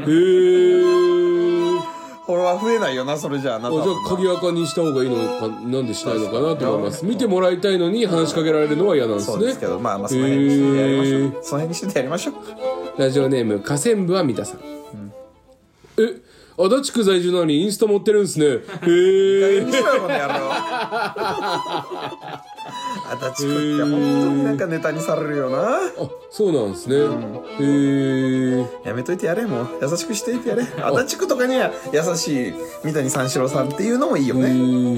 ーフォロワー増えないよな、それじゃあ。あなたはじゃあ鍵垢にした方がいいのか、なんでしないのかなと思います。見てもらいたいのに話しかけられるのは嫌なんですね。 そうですけど、まあまあその辺にしてやりましょう、 へーその辺にしてやりましょう。 ラジオネーム河川部は三田さん、うん、え足立区在住なのにインスタ持ってるんですね。へえにしろよこの野郎足立区って本当になんかネタにされるよな。 あ、そうなんですね。うん、へえやめといてやれ、もう優しくしていてやれ。足立区とかには優しい三谷三四郎さんっていうのもいいよね。うん、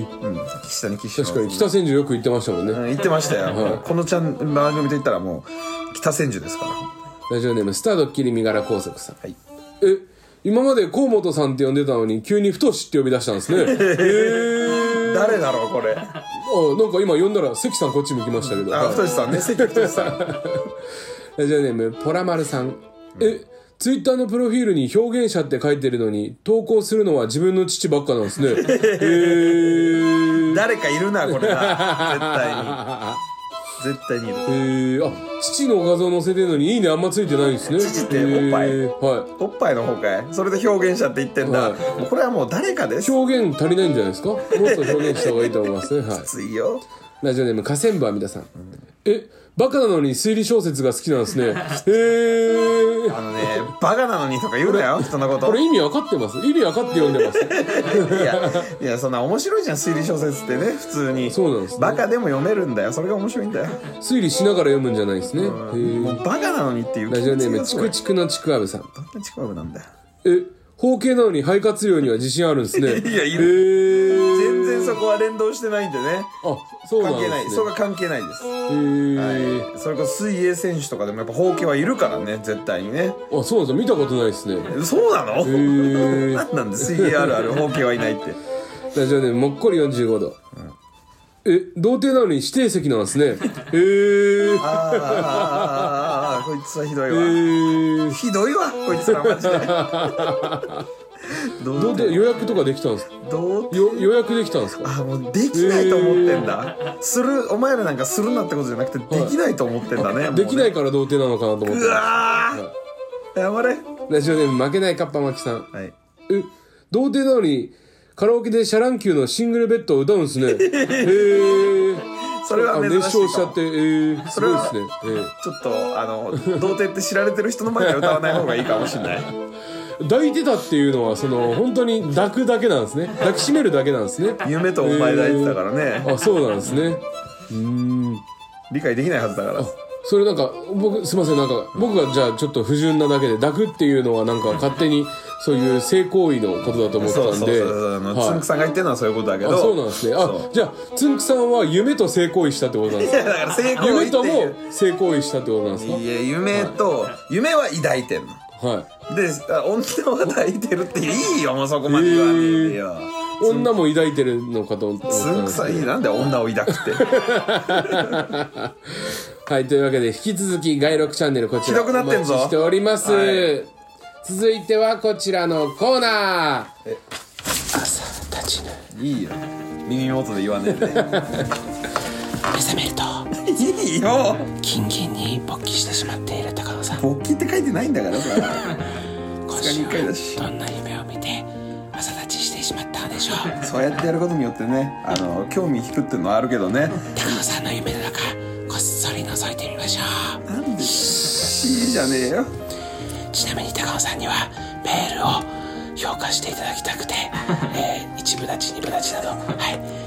岸谷岸四郎さん、 確かに北千住よく行ってましたもんね。 うん、言ってましたよ、はい、このちゃん番組といったらもう北千住ですから。 ラジオネームスタードッキリ身柄拘束さん、 はい、 え今まで河本さんって呼んでたのに急に太しって呼び出したんですね。へー誰だろうこれ。 あ、なんか今呼んだら関さんこっち向きましたけど。 あ、太さんね、関太さんラジオネームポラマルさん、うん、えツイッターのプロフィールに表現者って書いてるのに投稿するのは自分の父ばっかなんですね。へー誰かいるなこれな絶対に絶対にいる。 へー、あ、父の画像載せてるのにいいねあんまついてないんですね。 父っておっぱい、 はい、 おっぱいの方かい。それで表現者って言ってんだ、はい、もうこれはもう誰かです。 表現足りないんじゃないですか。もっと表現した方がいいと思いますね。はい、 きついよ。 ラジオネーム河川部は皆さん、うん、えバカなのに推理小説が好きなんですね。へーあのね、バカなのにとか言うなよ人のこと。 これ意味分かってます。意味分かって読んでます。 いやいや、そんな面白いじゃん推理小説ってね、普通に。 そうなんですね。 バカでも読めるんだよ、それが面白いんだよ。 推理しながら読むんじゃないですね。へーもうバカなのにっていう。 ラジオネームチクチクのちくわぶさん、 どんなちくわぶなんだよ。 え包茎なのに肺活量には自信あるんですね。 いや、いる。全然そこは連動してないんでね。 あ、そうなんですね。 関係ない、それが関係ないです。へー、 はい、それこそ水泳選手とかでもやっぱ包茎はいるからね、絶対にね。 あ、そうなんですよ。見たことないですね。 そうなの？ へーなんなんで水泳あるある包茎はいないって。 ラジオネームもっこりよんじゅうごど、うん、え童貞なのに指定席なんですね。へーあーあーあーあーあーこいつはひどいわ。 へーひどいわこいつらマジで。 童貞予約とかできたんですか。 どうよ予約できたんですか。 あ、もうできないと思ってんだ。するお前らなんかするなってことじゃなくて、できないと思ってんだね。 できないから童貞なのかなと思って。 うわー、頑張れ。 ラジオネーム負けないカッパ巻きさん、 はい、 え童貞なのにカラオケでシャランキューのシングルベッドを歌うんですね。へーそれは珍しいかも。 熱唱しちゃって、えー、すごいですね。えー、 ちょっとあの童貞って知られてる人の前で歌わない方がいいかもしれない。 抱いてたっていうのはその本当に抱くだけなんですね。抱きしめるだけなんですね。 夢とお前抱いてたからね。 えー、あ、そうなんですね。うーん、 理解できないはずだから。 それなんか僕すいません、なんか僕がじゃあちょっと不純なだけで抱くっていうのはなんか勝手にそういう性行為のことだと思ってたんで、 そうそうそう、あの、はい、つんくさんが言ってるのはそういうことだけど。 あ、そうなんですね。あ、じゃあつんくさんは夢と性行為したってことなんですか。 いやだから性行為夢とも性行為したってことなんですか。 いや夢と、はい、夢は抱いてんの。 はい。 で女は抱いてるっていいよ、もうそこまで言わねえでよ。 えー、女も抱いてるのかと思って。 つんくさんいい、なんで女を抱くって。 はい、というわけで引き続き外録チャンネルこちらひどくなってんぞお待ちしております、はい、続いてはこちらのコーナー、 え朝立ちぬいいよ耳元で言わねえで目覚めるといいよキンキンに勃起してしまっている高野さん。 勃起って書いてないんだからさ今週はどんな夢を見て朝立ちしてしまったのでしょう。 そうやってやることによってねあの興味引くっていうのはあるけどね高野さんの夢の中こっそり覗いてみましょう。 なんでしいじゃねえよ。 ちなみに高野さんにはペールを評価していただきたくて、えー、一部立ち二部立ちなど、はい、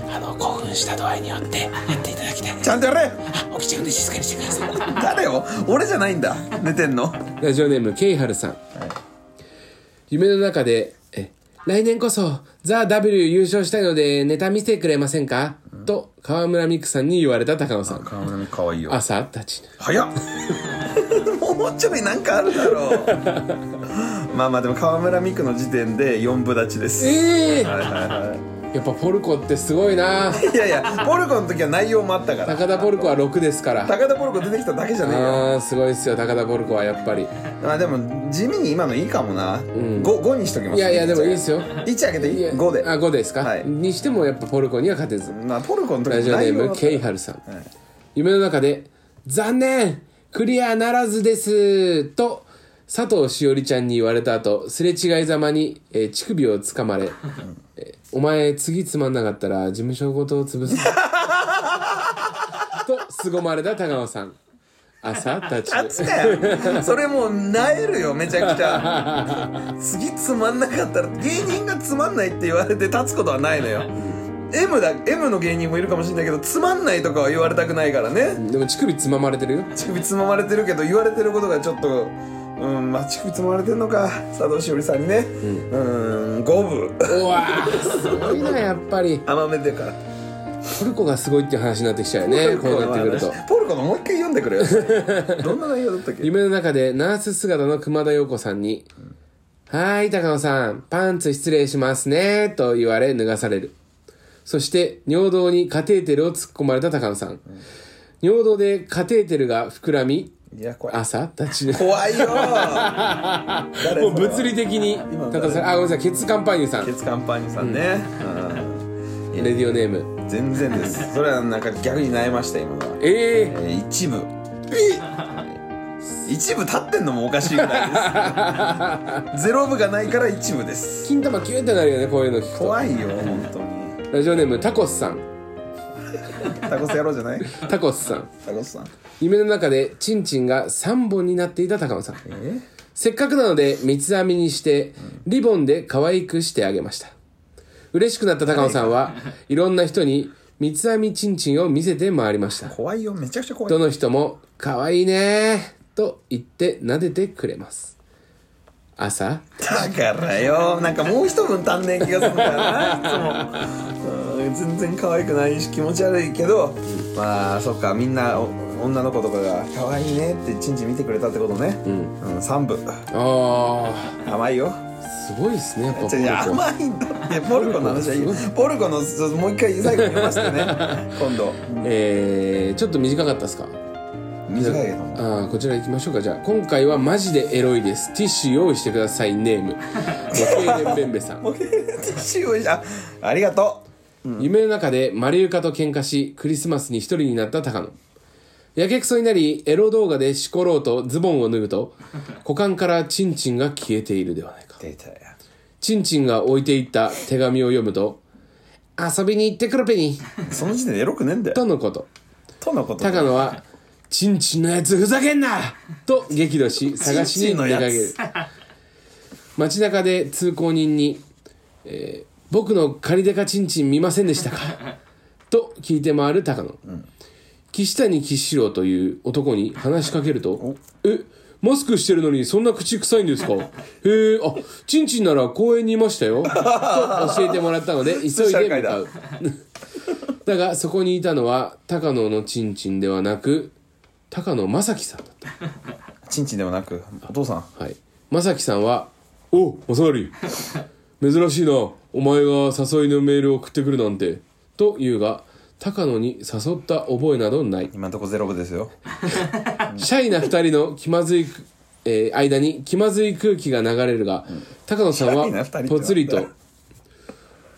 あの興奮した度合いによってやっていただきたい。 ちゃんとやれ。 あ、おきちゃんで静かにしてください。 誰よ俺じゃないんだ寝てんの。 ラジオネームケイハルさん、はい、夢の中でえ来年こそザ・ W 優勝したいのでネタ見せてくれませんか、うん、と河村ミクさんに言われた高野さん。 河村ミクかわいいよ。 朝立ち早っもうちょいなんかあるだろうまあまあでも河村ミクの時点でよんぶ立ちです。 ええー、 はいはいはい。 やっぱポルコってすごいな。 いやいやポルコの時は内容もあったから。 高田ポルコはろくですから。 高田ポルコ出てきただけじゃねえよ。 ああすごいっすよ高田ポルコはやっぱり。 まあでも地味に今のいいかもな、うん、5, 5にしときます。 いやいやでもいいっすよ。 いち上げていいごで。 あごですか、はい、にしてもやっぱポルコには勝てず、 まあ、ポルコの時ラジオネームケイハルさん、はい、夢の中で残念クリアならずですと佐藤しおりちゃんに言われた後すれ違いざまに、えー、乳首をつかまれ、えー、お前次つまんなかったら事務所ごと潰すと凄まれた高野さん。朝立ち立つかよそれもうなえるよめちゃくちゃ次つまんなかったら芸人がつまんないって言われて立つことはないのよ。M だ M の芸人もいるかもしれないけどつまんないとかは言われたくないからね。 でも乳首つままれてるよ。 乳首つままれてるけど言われてることがちょっとうんまあ乳首つままれてるのか佐藤しおりさんにね。うんごぶうわすごいなやっぱり甘めでからポルコがすごいっていう話になってきちゃうよね。こうなってくるとポルコのもう一回読んでくれよどんな内容だったっけ。 夢の中でナース姿の熊田曜子さんに、うん、はーい高野さんパンツ失礼しますねと言われ脱がされる。そして尿道にカテーテルを突っ込まれた高野さん、うん、尿道でカテーテルが膨らみいや怖い朝立ち怖いよもう物理的に立たされあごめんなさいケツカンパーニュさんケツカンパーニュさんね、 うんうん、レディオネーム全然ですそれはなんか逆に悩ました今は。 えー、 えー、一部え一部立ってんのもおかしいぐらいですゼロ部がないから一部です。 金玉キューってなるよねこういうの聞くと。 怖いよ本当に。 ラジオネームタコスさんタコス野郎じゃないタコスさんタコスさん夢の中でチンチンがさんぼんになっていた高野さん、えー、せっかくなので三つ編みにしてリボンで可愛くしてあげました。嬉しくなった高野さんはいろんな人に三つ編みチンチンを見せて回りました。 怖いよめちゃくちゃ怖い。 どの人も可愛いねと言って撫でてくれます。朝だからよなんかもう一文足んねえ気がするんだよないつも全然可愛くないし気持ち悪いけど、まあそっかみんな女の子とかが可愛いねってチンチン見てくれたってことね。うん、うん、さんぶああ甘いよ。 すごいですねやっぱポルコ。 いや甘いんだってポルコの話はいいよ。ポルコのもう一回最後に読ませてね今度、 えー、ちょっと短かったですか。 短いけどもあこちら行きましょうか。じゃあ今回はマジでエロいです。ティッシュ用意してくださいネームモケーレンベンベさんモケーレンティッシュ用意しあありがとう、 うん、夢の中でマリウカと喧嘩しクリスマスに一人になった高野。やけくそになりエロ動画でしころうとズボンを脱ぐと股間からチンチンが消えているではないか。 出たよ。 チンチンが置いていった手紙を読むと遊びに行ってくるペニーその時点でエロくねえんだよとのこととのこと高野はチンチンのやつふざけんなと激怒し探しに出かける。街中で通行人に、えー、僕の仮デカチンチン見ませんでしたかと聞いて回る高野、うん、岸谷吉四郎という男に話しかけるとえマスクしてるのにそんな口臭いんですかへえあチンチンなら公園にいましたよと教えてもらったので急いで向かうだがそこにいたのは高野のチンチンではなく高野正樹さんだった。 チンチンではなくお父さん。 はい正樹さんはおう正成珍しいなお前が誘いのメールを送ってくるなんてと言うが高野に誘った覚えなどない。 今んとこゼロ部ですよシャイな二人の気まずい、えー、間に気まずい空気が流れるが、うん、高野さんはぽつりと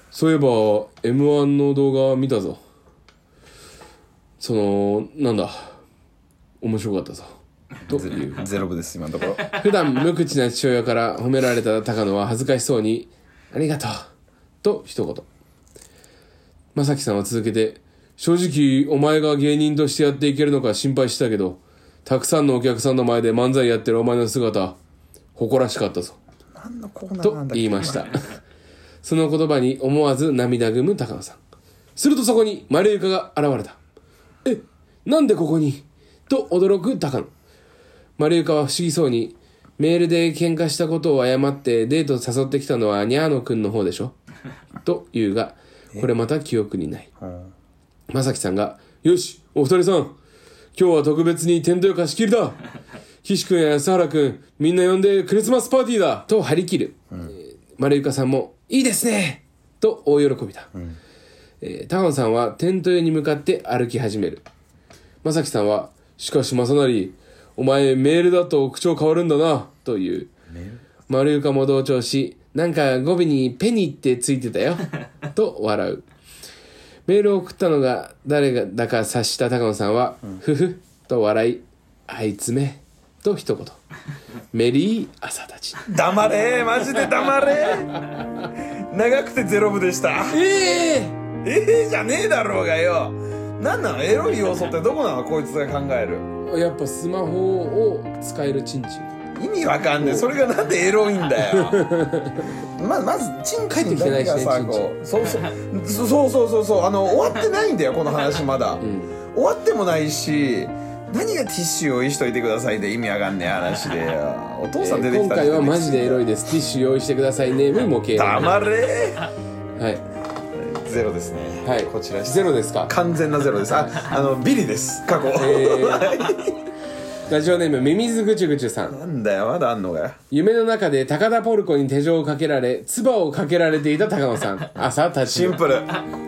そういえば エムワン の動画見たぞ。そのなんだ面白かったぞというゼロ部です今のところ。 普段無口な父親から褒められた高野は恥ずかしそうにありがとうと一言。正樹さんは続けて、正直お前が芸人としてやっていけるのか心配したけど、たくさんのお客さんの前で漫才やってるお前の姿誇らしかったぞ何のコーナーとなんだっけ言いました。その言葉に思わず涙ぐむ高野さん。するとそこに丸床が現れた。え、なんでここにと驚く高野。丸床は不思議そうに、メールで喧嘩したことを謝ってデート誘ってきたのはニャーノくんの方でしょと言うが、これまた記憶にない。正樹さんが、よしお二人さん、今日は特別にテント用貸し切りだ、岸くんや安原くんみんな呼んでクリスマスパーティーだと張り切る、うん、えー、丸床さんもいいですねと大喜びだ、うん、えー、高野さんはテント用に向かって歩き始める。正樹さんは、しかし正成、お前メールだと口調変わるんだなという。丸床も同調し、なんか語尾にペニーってついてたよと笑う。メールを送ったのが誰がだか察した高野さんは、うん、ふふと笑い、あいつめと一言。メリー朝たち。 黙れマジで黙れ長くてゼロ部でした。 えー、 えーじゃねえだろうがよ。なんなのエロい要素ってどこなのこいつが考える。 やっぱスマホを使えるチンチン。 意味わかんねえ。それがなんでエロいんだよま, まずチンチンだけがさ、こうそうそうそうそうそう、あの終わってないんだよこの話まだ、うん、終わってもないし、何がティッシュ用意しといてくださいで意味わかんねえ話でよ。お父さん出てきた、 えー、今回はマジでエロいです。ティッシュ用意してくださいネームも経営黙れはいゼロですね。 はい、 こちらゼロですか。 完全なゼロです。あ、あのビリです過去、えーラジオネームミミズぐちゅぐちゅさん。 なんだよまだあんのかよ。 夢の中で高田ポルコに手錠をかけられ唾をかけられていた高野さん。朝立ちシンプル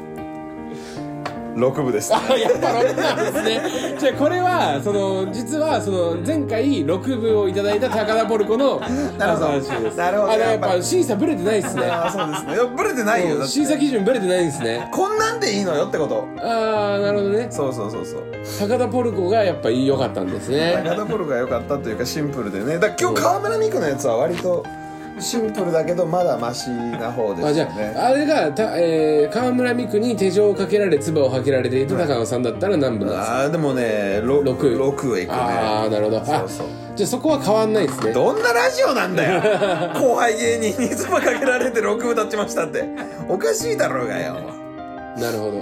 ろく部です、ね、 あ、やっぱろくなんですね。じゃあこれはその実はその前回ろく部をいただいた高田ポルコの朝立ちです。 なるほど。あれやっぱ審査ブレてないですね。 あ、そうですね。いやブレてないよ。 審査基準ブレてないんですね。 こんなんでいいのよってこと。 ああ、なるほどね。 そうそうそうそう。 高田ポルコがやっぱ良かったんですね。 高田ポルコが良かったというかシンプルでね。だから今日川村美空のやつは割とシンプルだけどまだマシな方ですよね。あ、じゃあ、あれがた、えー、川村美空に手錠をかけられ唾を吐けられていた高野さんだったら何部なんですか。 ああ、でもね ろく, ろくはいくね。 ああ、なるほど。そうそう。じゃあそこは変わんないですね。 どんなラジオなんだよ後輩芸人に唾かけられてろく部立ちましたっておかしいだろうがよ。 なるほど、うん、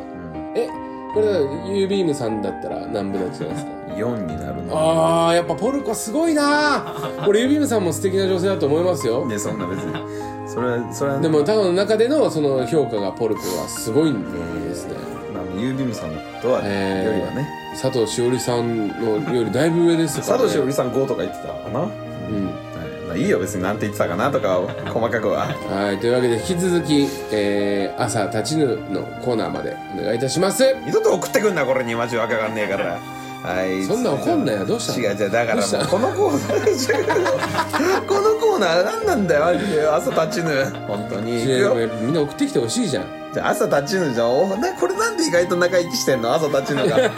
え、これユービームさんだったら何部立ちなんですか。 よんになるの。 ああ、やっぱポルコすごいな。これユービームさんも素敵な女性だと思いますよ。 ね、そんな別にそれはそれはでも高野の中でのその評価がポルコはすごいんですね。 ユービームさんとは、えー、よりはね、 佐藤しおりさんのよりだいぶ上ですからね。 佐藤しおりさんごとか言ってたかな。うん、はい、まあ、いいよ別に何て言ってたかなとか細かくははい、というわけで引き続き、えー、朝立ちぬのコーナーまでお願いいたします。 二度と送ってくんなこれにマジわけわかんねえからはい、 そんな怒んなよ。どうしたの。 違う違う、だからもうこのコーナーこのコーナー何なんだよマジで。朝立ちぬ本当にみんな送ってきてほしいじゃん。 じゃあ朝立ちぬじゃん。おなこれなんで意外と仲良きしてんの朝立ちぬが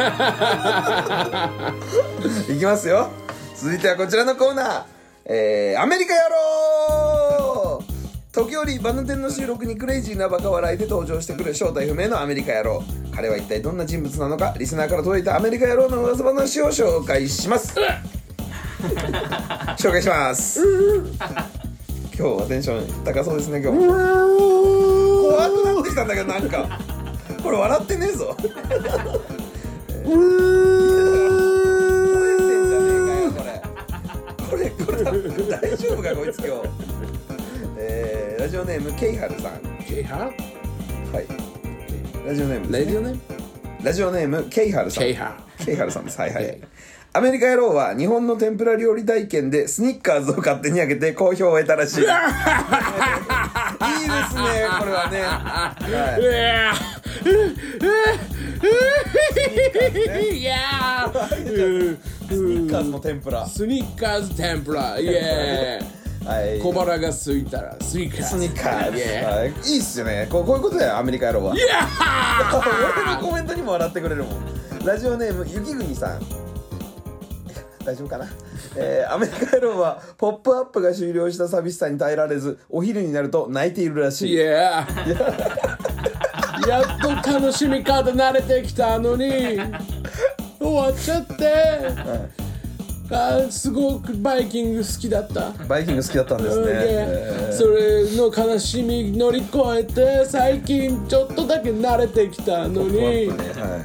いきますよ。続いてはこちらのコーナー、えー、アメリカ野郎。時折バナテンの収録にクレイジーなバカ笑いで登場してくる正体不明のアメリカ野郎。彼は一体どんな人物なのか、リスナーから届いたアメリカ野郎の噂話を紹介します紹介します今日はテンション高そうですね。今日怖くなってきたんだけど、なんかこれ笑ってねえぞえー、これこれこれ大丈夫かこいつ今日。えー、ラジオネームケイハルさん。 ケイハル、 はい、ラジオネーム、 ラジオネームラジオネームケイハルさん。 ケイハルケイハルさんです。はいはい。アメリカ野郎は日本の天ぷら料理体験でスニッカーズを勝手にあげて好評を得たらしいいいですねこれはね、はい、いやスニッカーズの天ぷら、 スニッカーズ天ぷら、イエーイはい、 小腹が空いたらスニーカースニーカー、 yeah. はい、いいっすよね。こう、こういうことだよアメリカ野郎は。 yeah! 俺のコメントにも笑ってくれるもん。ラジオネーム雪国さん大丈夫かな、えー、アメリカ野郎はポップアップが終了した寂しさに耐えられずお昼になると泣いているらしい。 いややっと楽しみ方慣れてきたのに終わっちゃって、はい、あすごくバイキング好きだった。 バイキング好きだったんですね、 えー、それの悲しみ乗り越えて最近ちょっとだけ慣れてきたのに、ね、はい、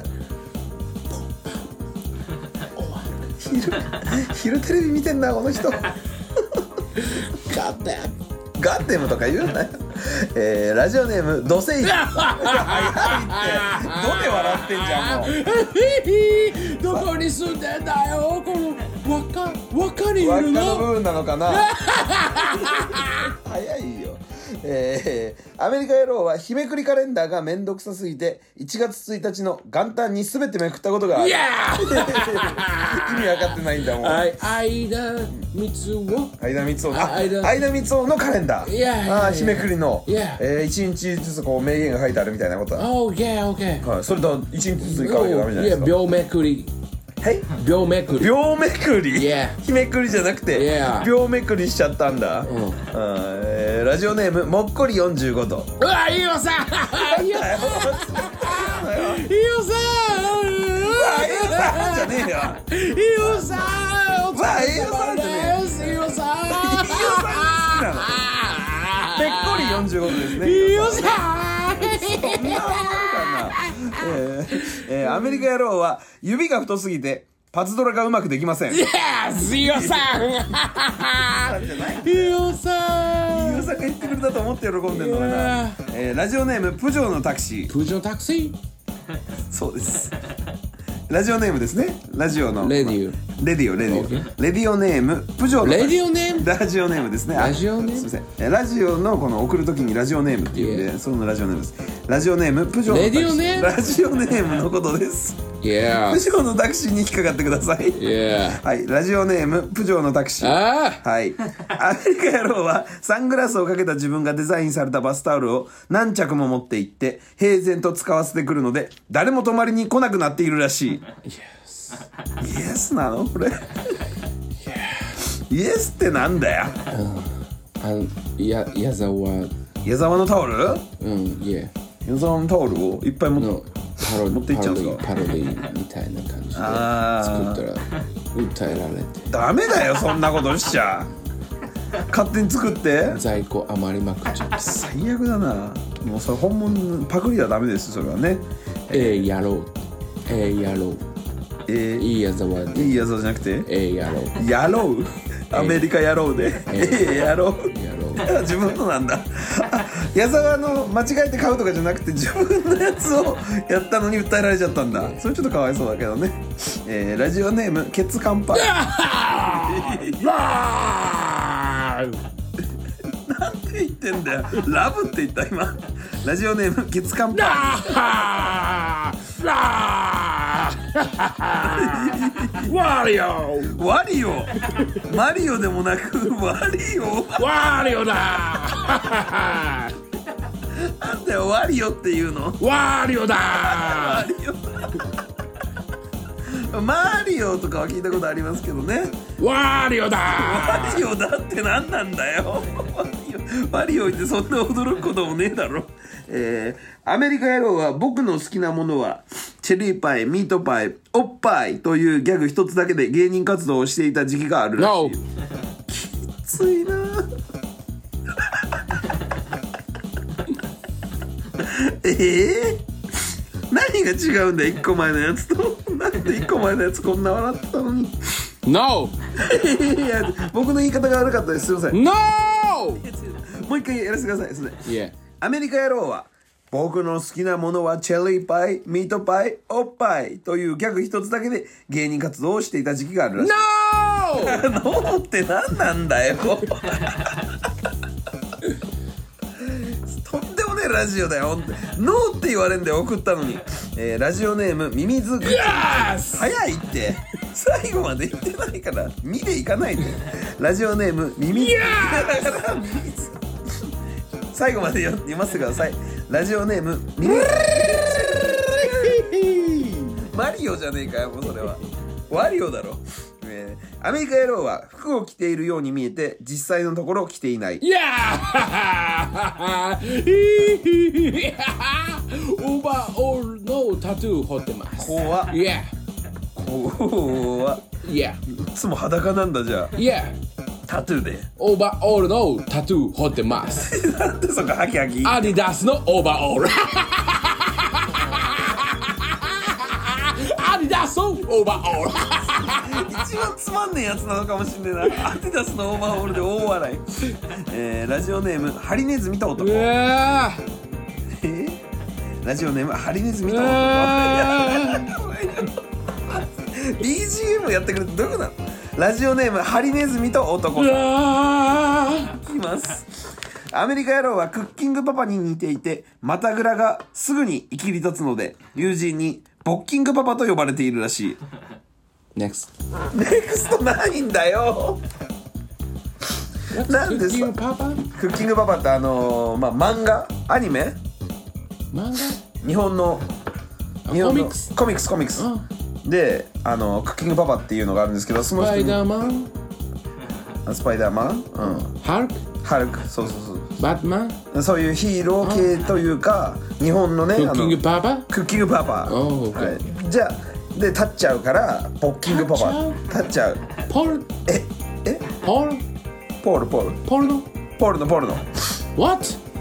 昼, 昼テレビ見てんなこの人。 ガッデムガッデムとか言うなよ。えー、ラジオネームドセイジ。早いってどで笑ってんじゃんもう。 どこに住んでんだよこの輪っか輪っかにいるの。 輪っかの部分なのかな。早いよ。えー、アメリカ野郎は日めくりカレンダーがめんどくさすぎていちがつついたちの元旦に全てめくったことがある。 いや意味分かってないんだもん。 相田光夫相田光夫あ相田相田光夫のカレンダー。 いやあ日めくりの、 yeah. えー、いちにちずつこう名言が書いてあるみたいなことだ。 Oh yeah okay、 はい、それといちにちずつ書いてダメじゃないですか。 いや秒めくり。 はい秒めくり秒めくり、 yeah. 日めくりじゃなくて、 yeah. 秒めくりしちゃったんだ、 うんえー、ラジオネームもっこりよんじゅうごど。 うわいいよさいいよさいいよさいいよさじゃねえよ。 いいよさお疲れ様ですいいよさいいよさ好きなの。ぺっこりよんじゅうごどですね。 いいよさそんなわかるかな。えーえー、アメリカ野郎は指が太すぎてパズドラがうまくできません。 イエスいいよさいいよさいいよさが言ってくれたと思って喜んでんのかな、えー、ラジオネームプジョーのタクシー。 プジョータクシーそうですラジオネームですね。ラジオのレディオレディオレディオ、okay. レディオネームプジョーのレディオネームラジオネームですね。 ラジオネームすいませんえラジオのこの送るときにラジオネームっていうんで、yeah. そのラジオネームです。ラジオネームプジョーのタクシー。レディオネームラジオネームのことです。 Yeah. プジョーのタクシーに引っかかってください。 Yeah. はいラジオネームプジョーのタクシー。 あはいアメリカ野郎はサングラスをかけた自分がデザインされたバスタオルを何着も持って行って平然と使わせてくるので誰も泊まりに来なくなっているらしい。イエスなのこれイエスってなんだよ。 あのや矢沢矢沢のタオルうんいえ矢沢のタオルをいっぱい持ってパロ持っていっちゃうんですか。 パロディみたいな感じで作ったら訴えられてダメだよそんなことしちゃ勝手に作って在庫余りまくっちゃって最悪だな。もうそれ本物パクリはダメですそれはね。 えー、やろうえー、やろうえー、 いい矢沢でいい矢沢じゃなくてえー、やろうやろうアメリカやろうでえー、やろうやろう自分のなんだ矢沢の間違えて買うとかじゃなくて自分のやつをやったのに訴えられちゃったんだ。それちょっとかわいそうだけどね。えー、ラジオネームケツカンパなんて言ってんだよ。ラブって言った今。ラジオネームケツカンパワリオワリオマリオでもなくワリオワリオだなんだよワリオっていうの。 ワリオだワリオマリオとかは聞いたことありますけどね。 ワリオだワリオだって何なんだよワリオってそんな驚くこともねえだろ。えー、アメリカ野郎は僕の好きなものはチェリーパイ、ミートパイ、おっぱいというギャグ一つだけで芸人活動をしていた時期があるらしい。 No. きついなえー、何が違うんだよ一個前のやつと。なんで一個前のやつこんな笑ってたのに。 No! いや僕の言い方が悪かったです。すいません。 No! もう一回やらせてください。すいません。 Yeah. アメリカ野郎は僕の好きなものはチェリーパイ、ミートパイ、おっぱいというギャグ一つだけで芸人活動をしていた時期があるらしい。 No! ノーって何なんだよとんでもねえラジオだよ。ノーって言われんで送ったのに、えー、ラジオネームミミズグッズ。 Yes! 早いって最後まで言ってないから見でいかないで。ラジオネーム耳つき最後まで読ませてください。ラジオネーム耳つきマリオじゃねえかよ、もうそれはワリオだろ。えー、アメリカ野郎は服を着ているように見えて実際のところ着ていない。 いやーオーバーオールのタトゥー彫ってます。 怖っ。 いや怖っ。 いやいつも裸なんだ。じゃあいやタトゥーでオーバーオールのタトゥー彫ってます。 なんでそこハキハキ。 アディダスのオーバーオールアディダスのオーバーオール一番つまんねえやつなのかもしんねえな。アディダスのオーバーオールで大笑い。えー、ラジオネームハリネズミと男。 うわえー、ラジオネームハリネズミと男。ビージーエム やってくれてどういうことなの。ラジオネームハリネズミと男さん。いきます。アメリカ野郎はクッキングパパに似ていてまたぐらがすぐに生きり立つので友人にボッキングパパと呼ばれているらしい。 NEXT ネクストないんだよ。なんでさ、 クッキングパパクッキングパパってあのー、まあ漫画アニメ漫日本の日本のコミックスコミックスコミックスであのクッキングパパっていうのがあるんですけど、その人にスパイダーマンスパイダーマン、うん、 ハルクハルク、そうそうそうバットマンそういうヒーロー系というか日本のねクッキングパパクッキングパパ、 おー、 はい、じゃあで立っちゃうからボッキングパパ立っちゃう。 ポルええポルポールポールポルノポールのポールの What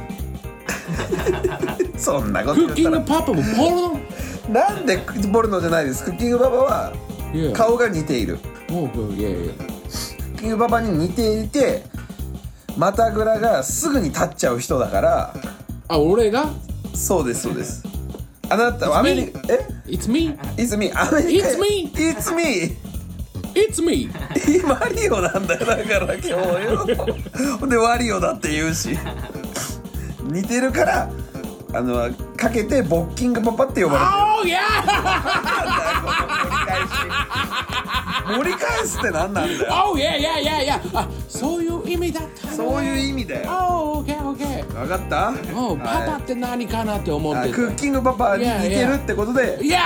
そんなことクッキン言ったらグパパもポルノなんでポルノじゃないです。クッキングパパは Yeah 顔が似ている。 おー、いやいやクッキングパパに似ていてまたぐらがすぐに立っちゃう人だから。 あ、俺がそうですそうです。あなたはアメリカえ It's me It's me アメリカ It's me It's me It's me マリオなんだよだから今日よほんでワリオだって言うし似てるからあのかけてボッキングパパって呼ばれてる。 Oh yeah 盛り返すって何なんだよ。 Oh yeah yeah yeah yeah あ、そういう意味だったの。 そういう意味だよ。 Oh okay okay 分かった。 Oh パパって何かなって思ってた。 クッキングパパに似てるってことでいや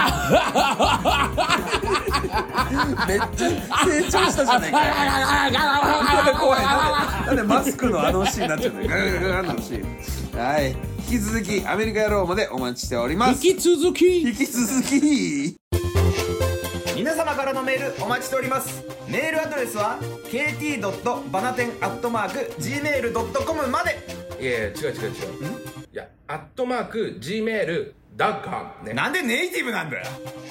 めっちゃ成長したじゃねえかよ。怖い。なんでマスクのあのシーンになっちゃうんだよ。ガガガガガのシーン。はい、引き続きアメリカ野郎までお待ちしております。 引き続き引き続き皆様からのメールお待ちしております。メールアドレスは ケーティードットバナテンアットマークジーメールドットコム まで。 いやいや違う違う違う。いやアットマーク ジーメールドットコム ね。 なんでネイティブなんだよ。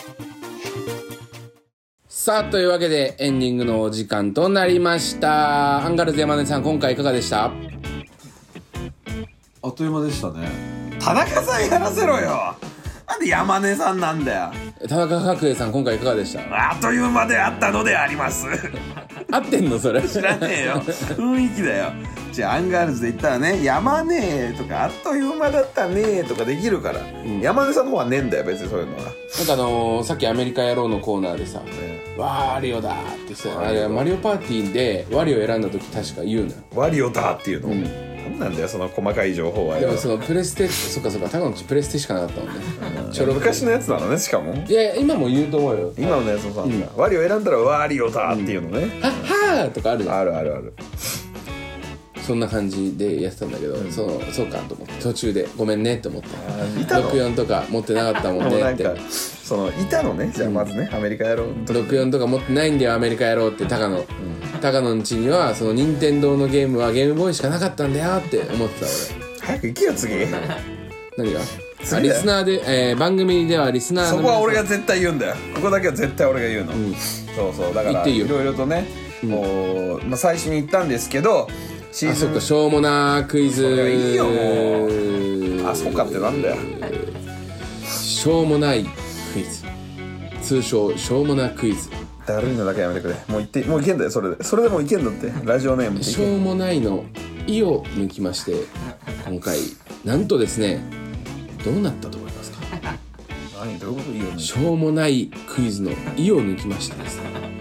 さあというわけでエンディングのお時間となりました。アンガールズ山根さん、今回いかがでした？ あっという間でしたね。田中さんやらせろよ。なんで山根さんなんだよ。 田中角栄さん、今回いかがでした？ あっという間であったのであります合ってんのそれ？ 知らねえよ雰囲気だよ。じゃあアンガールズで言ったらね、山ねえとかあっという間だったねえとかできるから、うん、山根さんの方はねえんだよ別にそういうのは。 なんかあのー、さっきアメリカ野郎のコーナーでさ、ね、ワリオだーってさ、あれマリオパーティーでワリオ選んだ時確か言うのよ。 ワリオだっていうの、うん、なんなんだよその細かい情報はよ。 でもそのプレステそっかそっか、タコのうちプレステしかなかったもんね、 うん、昔のやつなのね。しかもいや今も言うと思うよ。 今のやつもさ、うん、ワリオ選んだらワリオだっていうのね、 うん、はっはーとかあるじゃん。 あるあるある。 そんな感じでやってたんだけど、うん、そのそうかと思って途中でごめんねって思って、ろくじゅうよんとか持ってなかったもんねって。 そのいたのね。じゃあまずね、うん、アメリカ野郎ろくじゅうよんとか持ってないんだよアメリカ野郎って高野、うん、高野ん家にはその任天堂のゲームはゲームボーイしかなかったんだよって思ってた俺。 早く行けよ次何があリスナーで、えー、番組ではリスナーのそこは俺が絶対言うんだよ。ここだけは絶対俺が言うの、うん、そうそうだからいろいろとね、うん、もう、まあ、最初に言ったんですけどシーズン、あそっかしょうもなクイズ。それいいよもう。あそっかってなんだよ。 しょうもないクイズ、通称しょうもなクイズ。 だるいのだけやめてくれ。もう言ってもういけんだよそれで。それでもういけんだってラジオネーム。 しょうもないの「い」を抜きまして今回なんとですね、どうなったと思いますか？ 何どういうこと？いいよね。 しょうもないクイズの「い」を抜きましてですね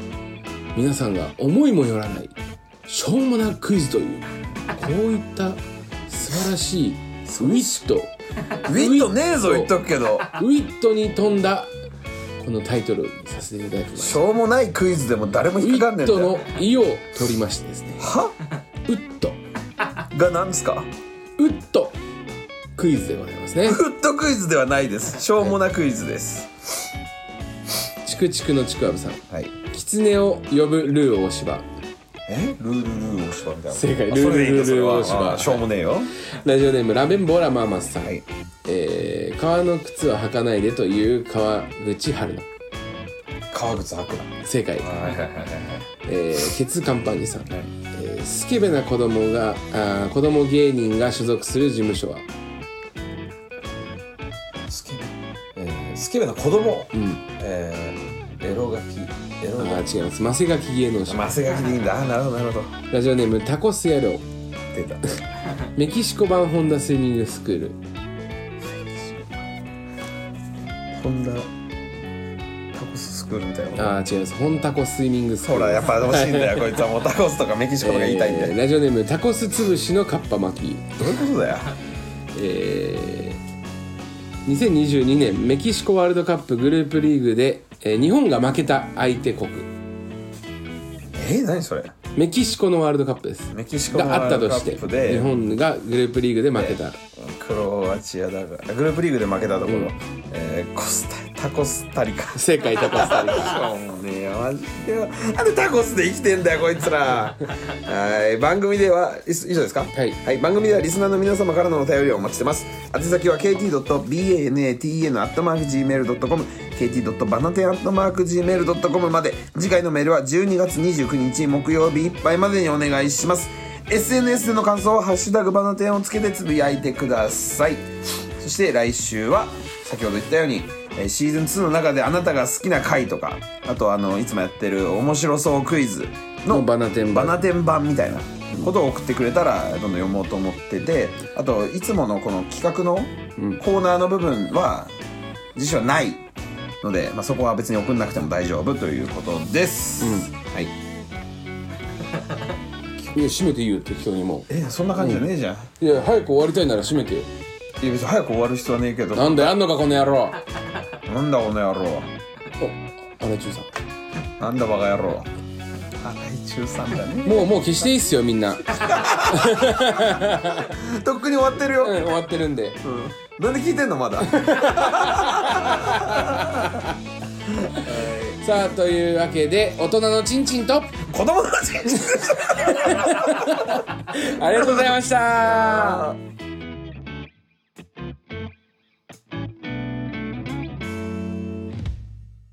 皆さんが思いもよらないしょうもなクイズというこういった素晴らしいウィットウィットねえぞ言っとくけど、 ウィットに富んだこのタイトルにさせていただきました。 しょうもないクイズでも誰もウィ引っかかんねえんだよ。 ットの意を取りましてですね、 はウットが何ですか？ ウットクイズでございますね。 ウッドクイズではないです。しょうもなクイズです。 チクチクのちくわぶさん、 はい。 狐を呼ぶルー大柴。 えルールルーをしばみたいな。 正解。 あそれでいいよルールルーそれはをしばあしょうもねえよ。 ラジオネームラベンボーラマーマスさん、 はい。 えー、革の靴は履かないでという川口春奈。 革靴履くな。 正解。 はいはいはいはい。 えー、ケツカンパニーさん、えー、スケベな子供があー子供芸人が所属する事務所は。 スケベ、えー、スケベな子供、 うんえー、エロガキエロあガキー違います。マセガキ芸能者。 マセガキでいいんだ。あーなるほどなるほど。 ラジオネームタコス野郎。 出た。 メキシコ版ホンダスイミングスクール。 ホンダタコススクールみたいな。 あー違います。ホンタコスイミングスクール。 ほらやっぱ欲しいんだよこいつは。もうタコスとかメキシコとか言いたいんで、 えーラジオネームタコスつぶしのカッパ巻き。 どういうことだよ。 えー、にせんにじゅうにねんメキシコワールドカップグループリーグで、えー日本が負けた相手国。 えー、何それ。 メキシコのワールドカップです。 メキシコのがあワールドカったとしてップで日本がグループリーグで負けた。 クロアチアだからグループリーグで負けたところ、 うんえー、コスタタコスタリカ。 正解タコスタリカ。 しょうもねえよマジでよ。なんでタコスで生きてんだよこいつら。はい番組では以上ですか。 はいはい、番組ではリスナーの皆様からのお便りをお待ちしてます。宛先は ケーティードットバナテン アットマーク ジーメールドットコム ケーティードットバナテン アットマーク ジーメールドットコム まで。次回のメールはじゅうにがつにじゅうくにち木曜日いっぱいまでにお願いします。 エスエヌエス での感想はハッシュタグバナテンをつけてつぶやいてください。そして来週は先ほど言ったようにえーシーズンツーの中であなたが好きな回とか、あとあのいつもやってる面白そうクイズののバナテン版バナテン版みたいなことを送ってくれたらどんどん読もうと思ってて、あといつものこの企画のコーナーの部分は辞書はないので、まあ、そこは別に送んなくても大丈夫ということです、 うんはい。 いや閉めていいよ適当にもえそんな感じじゃねえじゃん、 う。いや早く終わりたいなら閉めてよ。 いや別に早く終わる必要はねえけど。 なんだやんのかこの野郎。 なんだこの野郎。 お荒井中さん。 なんだバカ野郎。荒井中さんだね。 もうもう消していいっすよみんな。 とっくに終わってるよ、 うん終わってるんで。 うん、なんで聞いてんのまだ。 さあというわけで大人のチンチンと子供たちありがとうございました。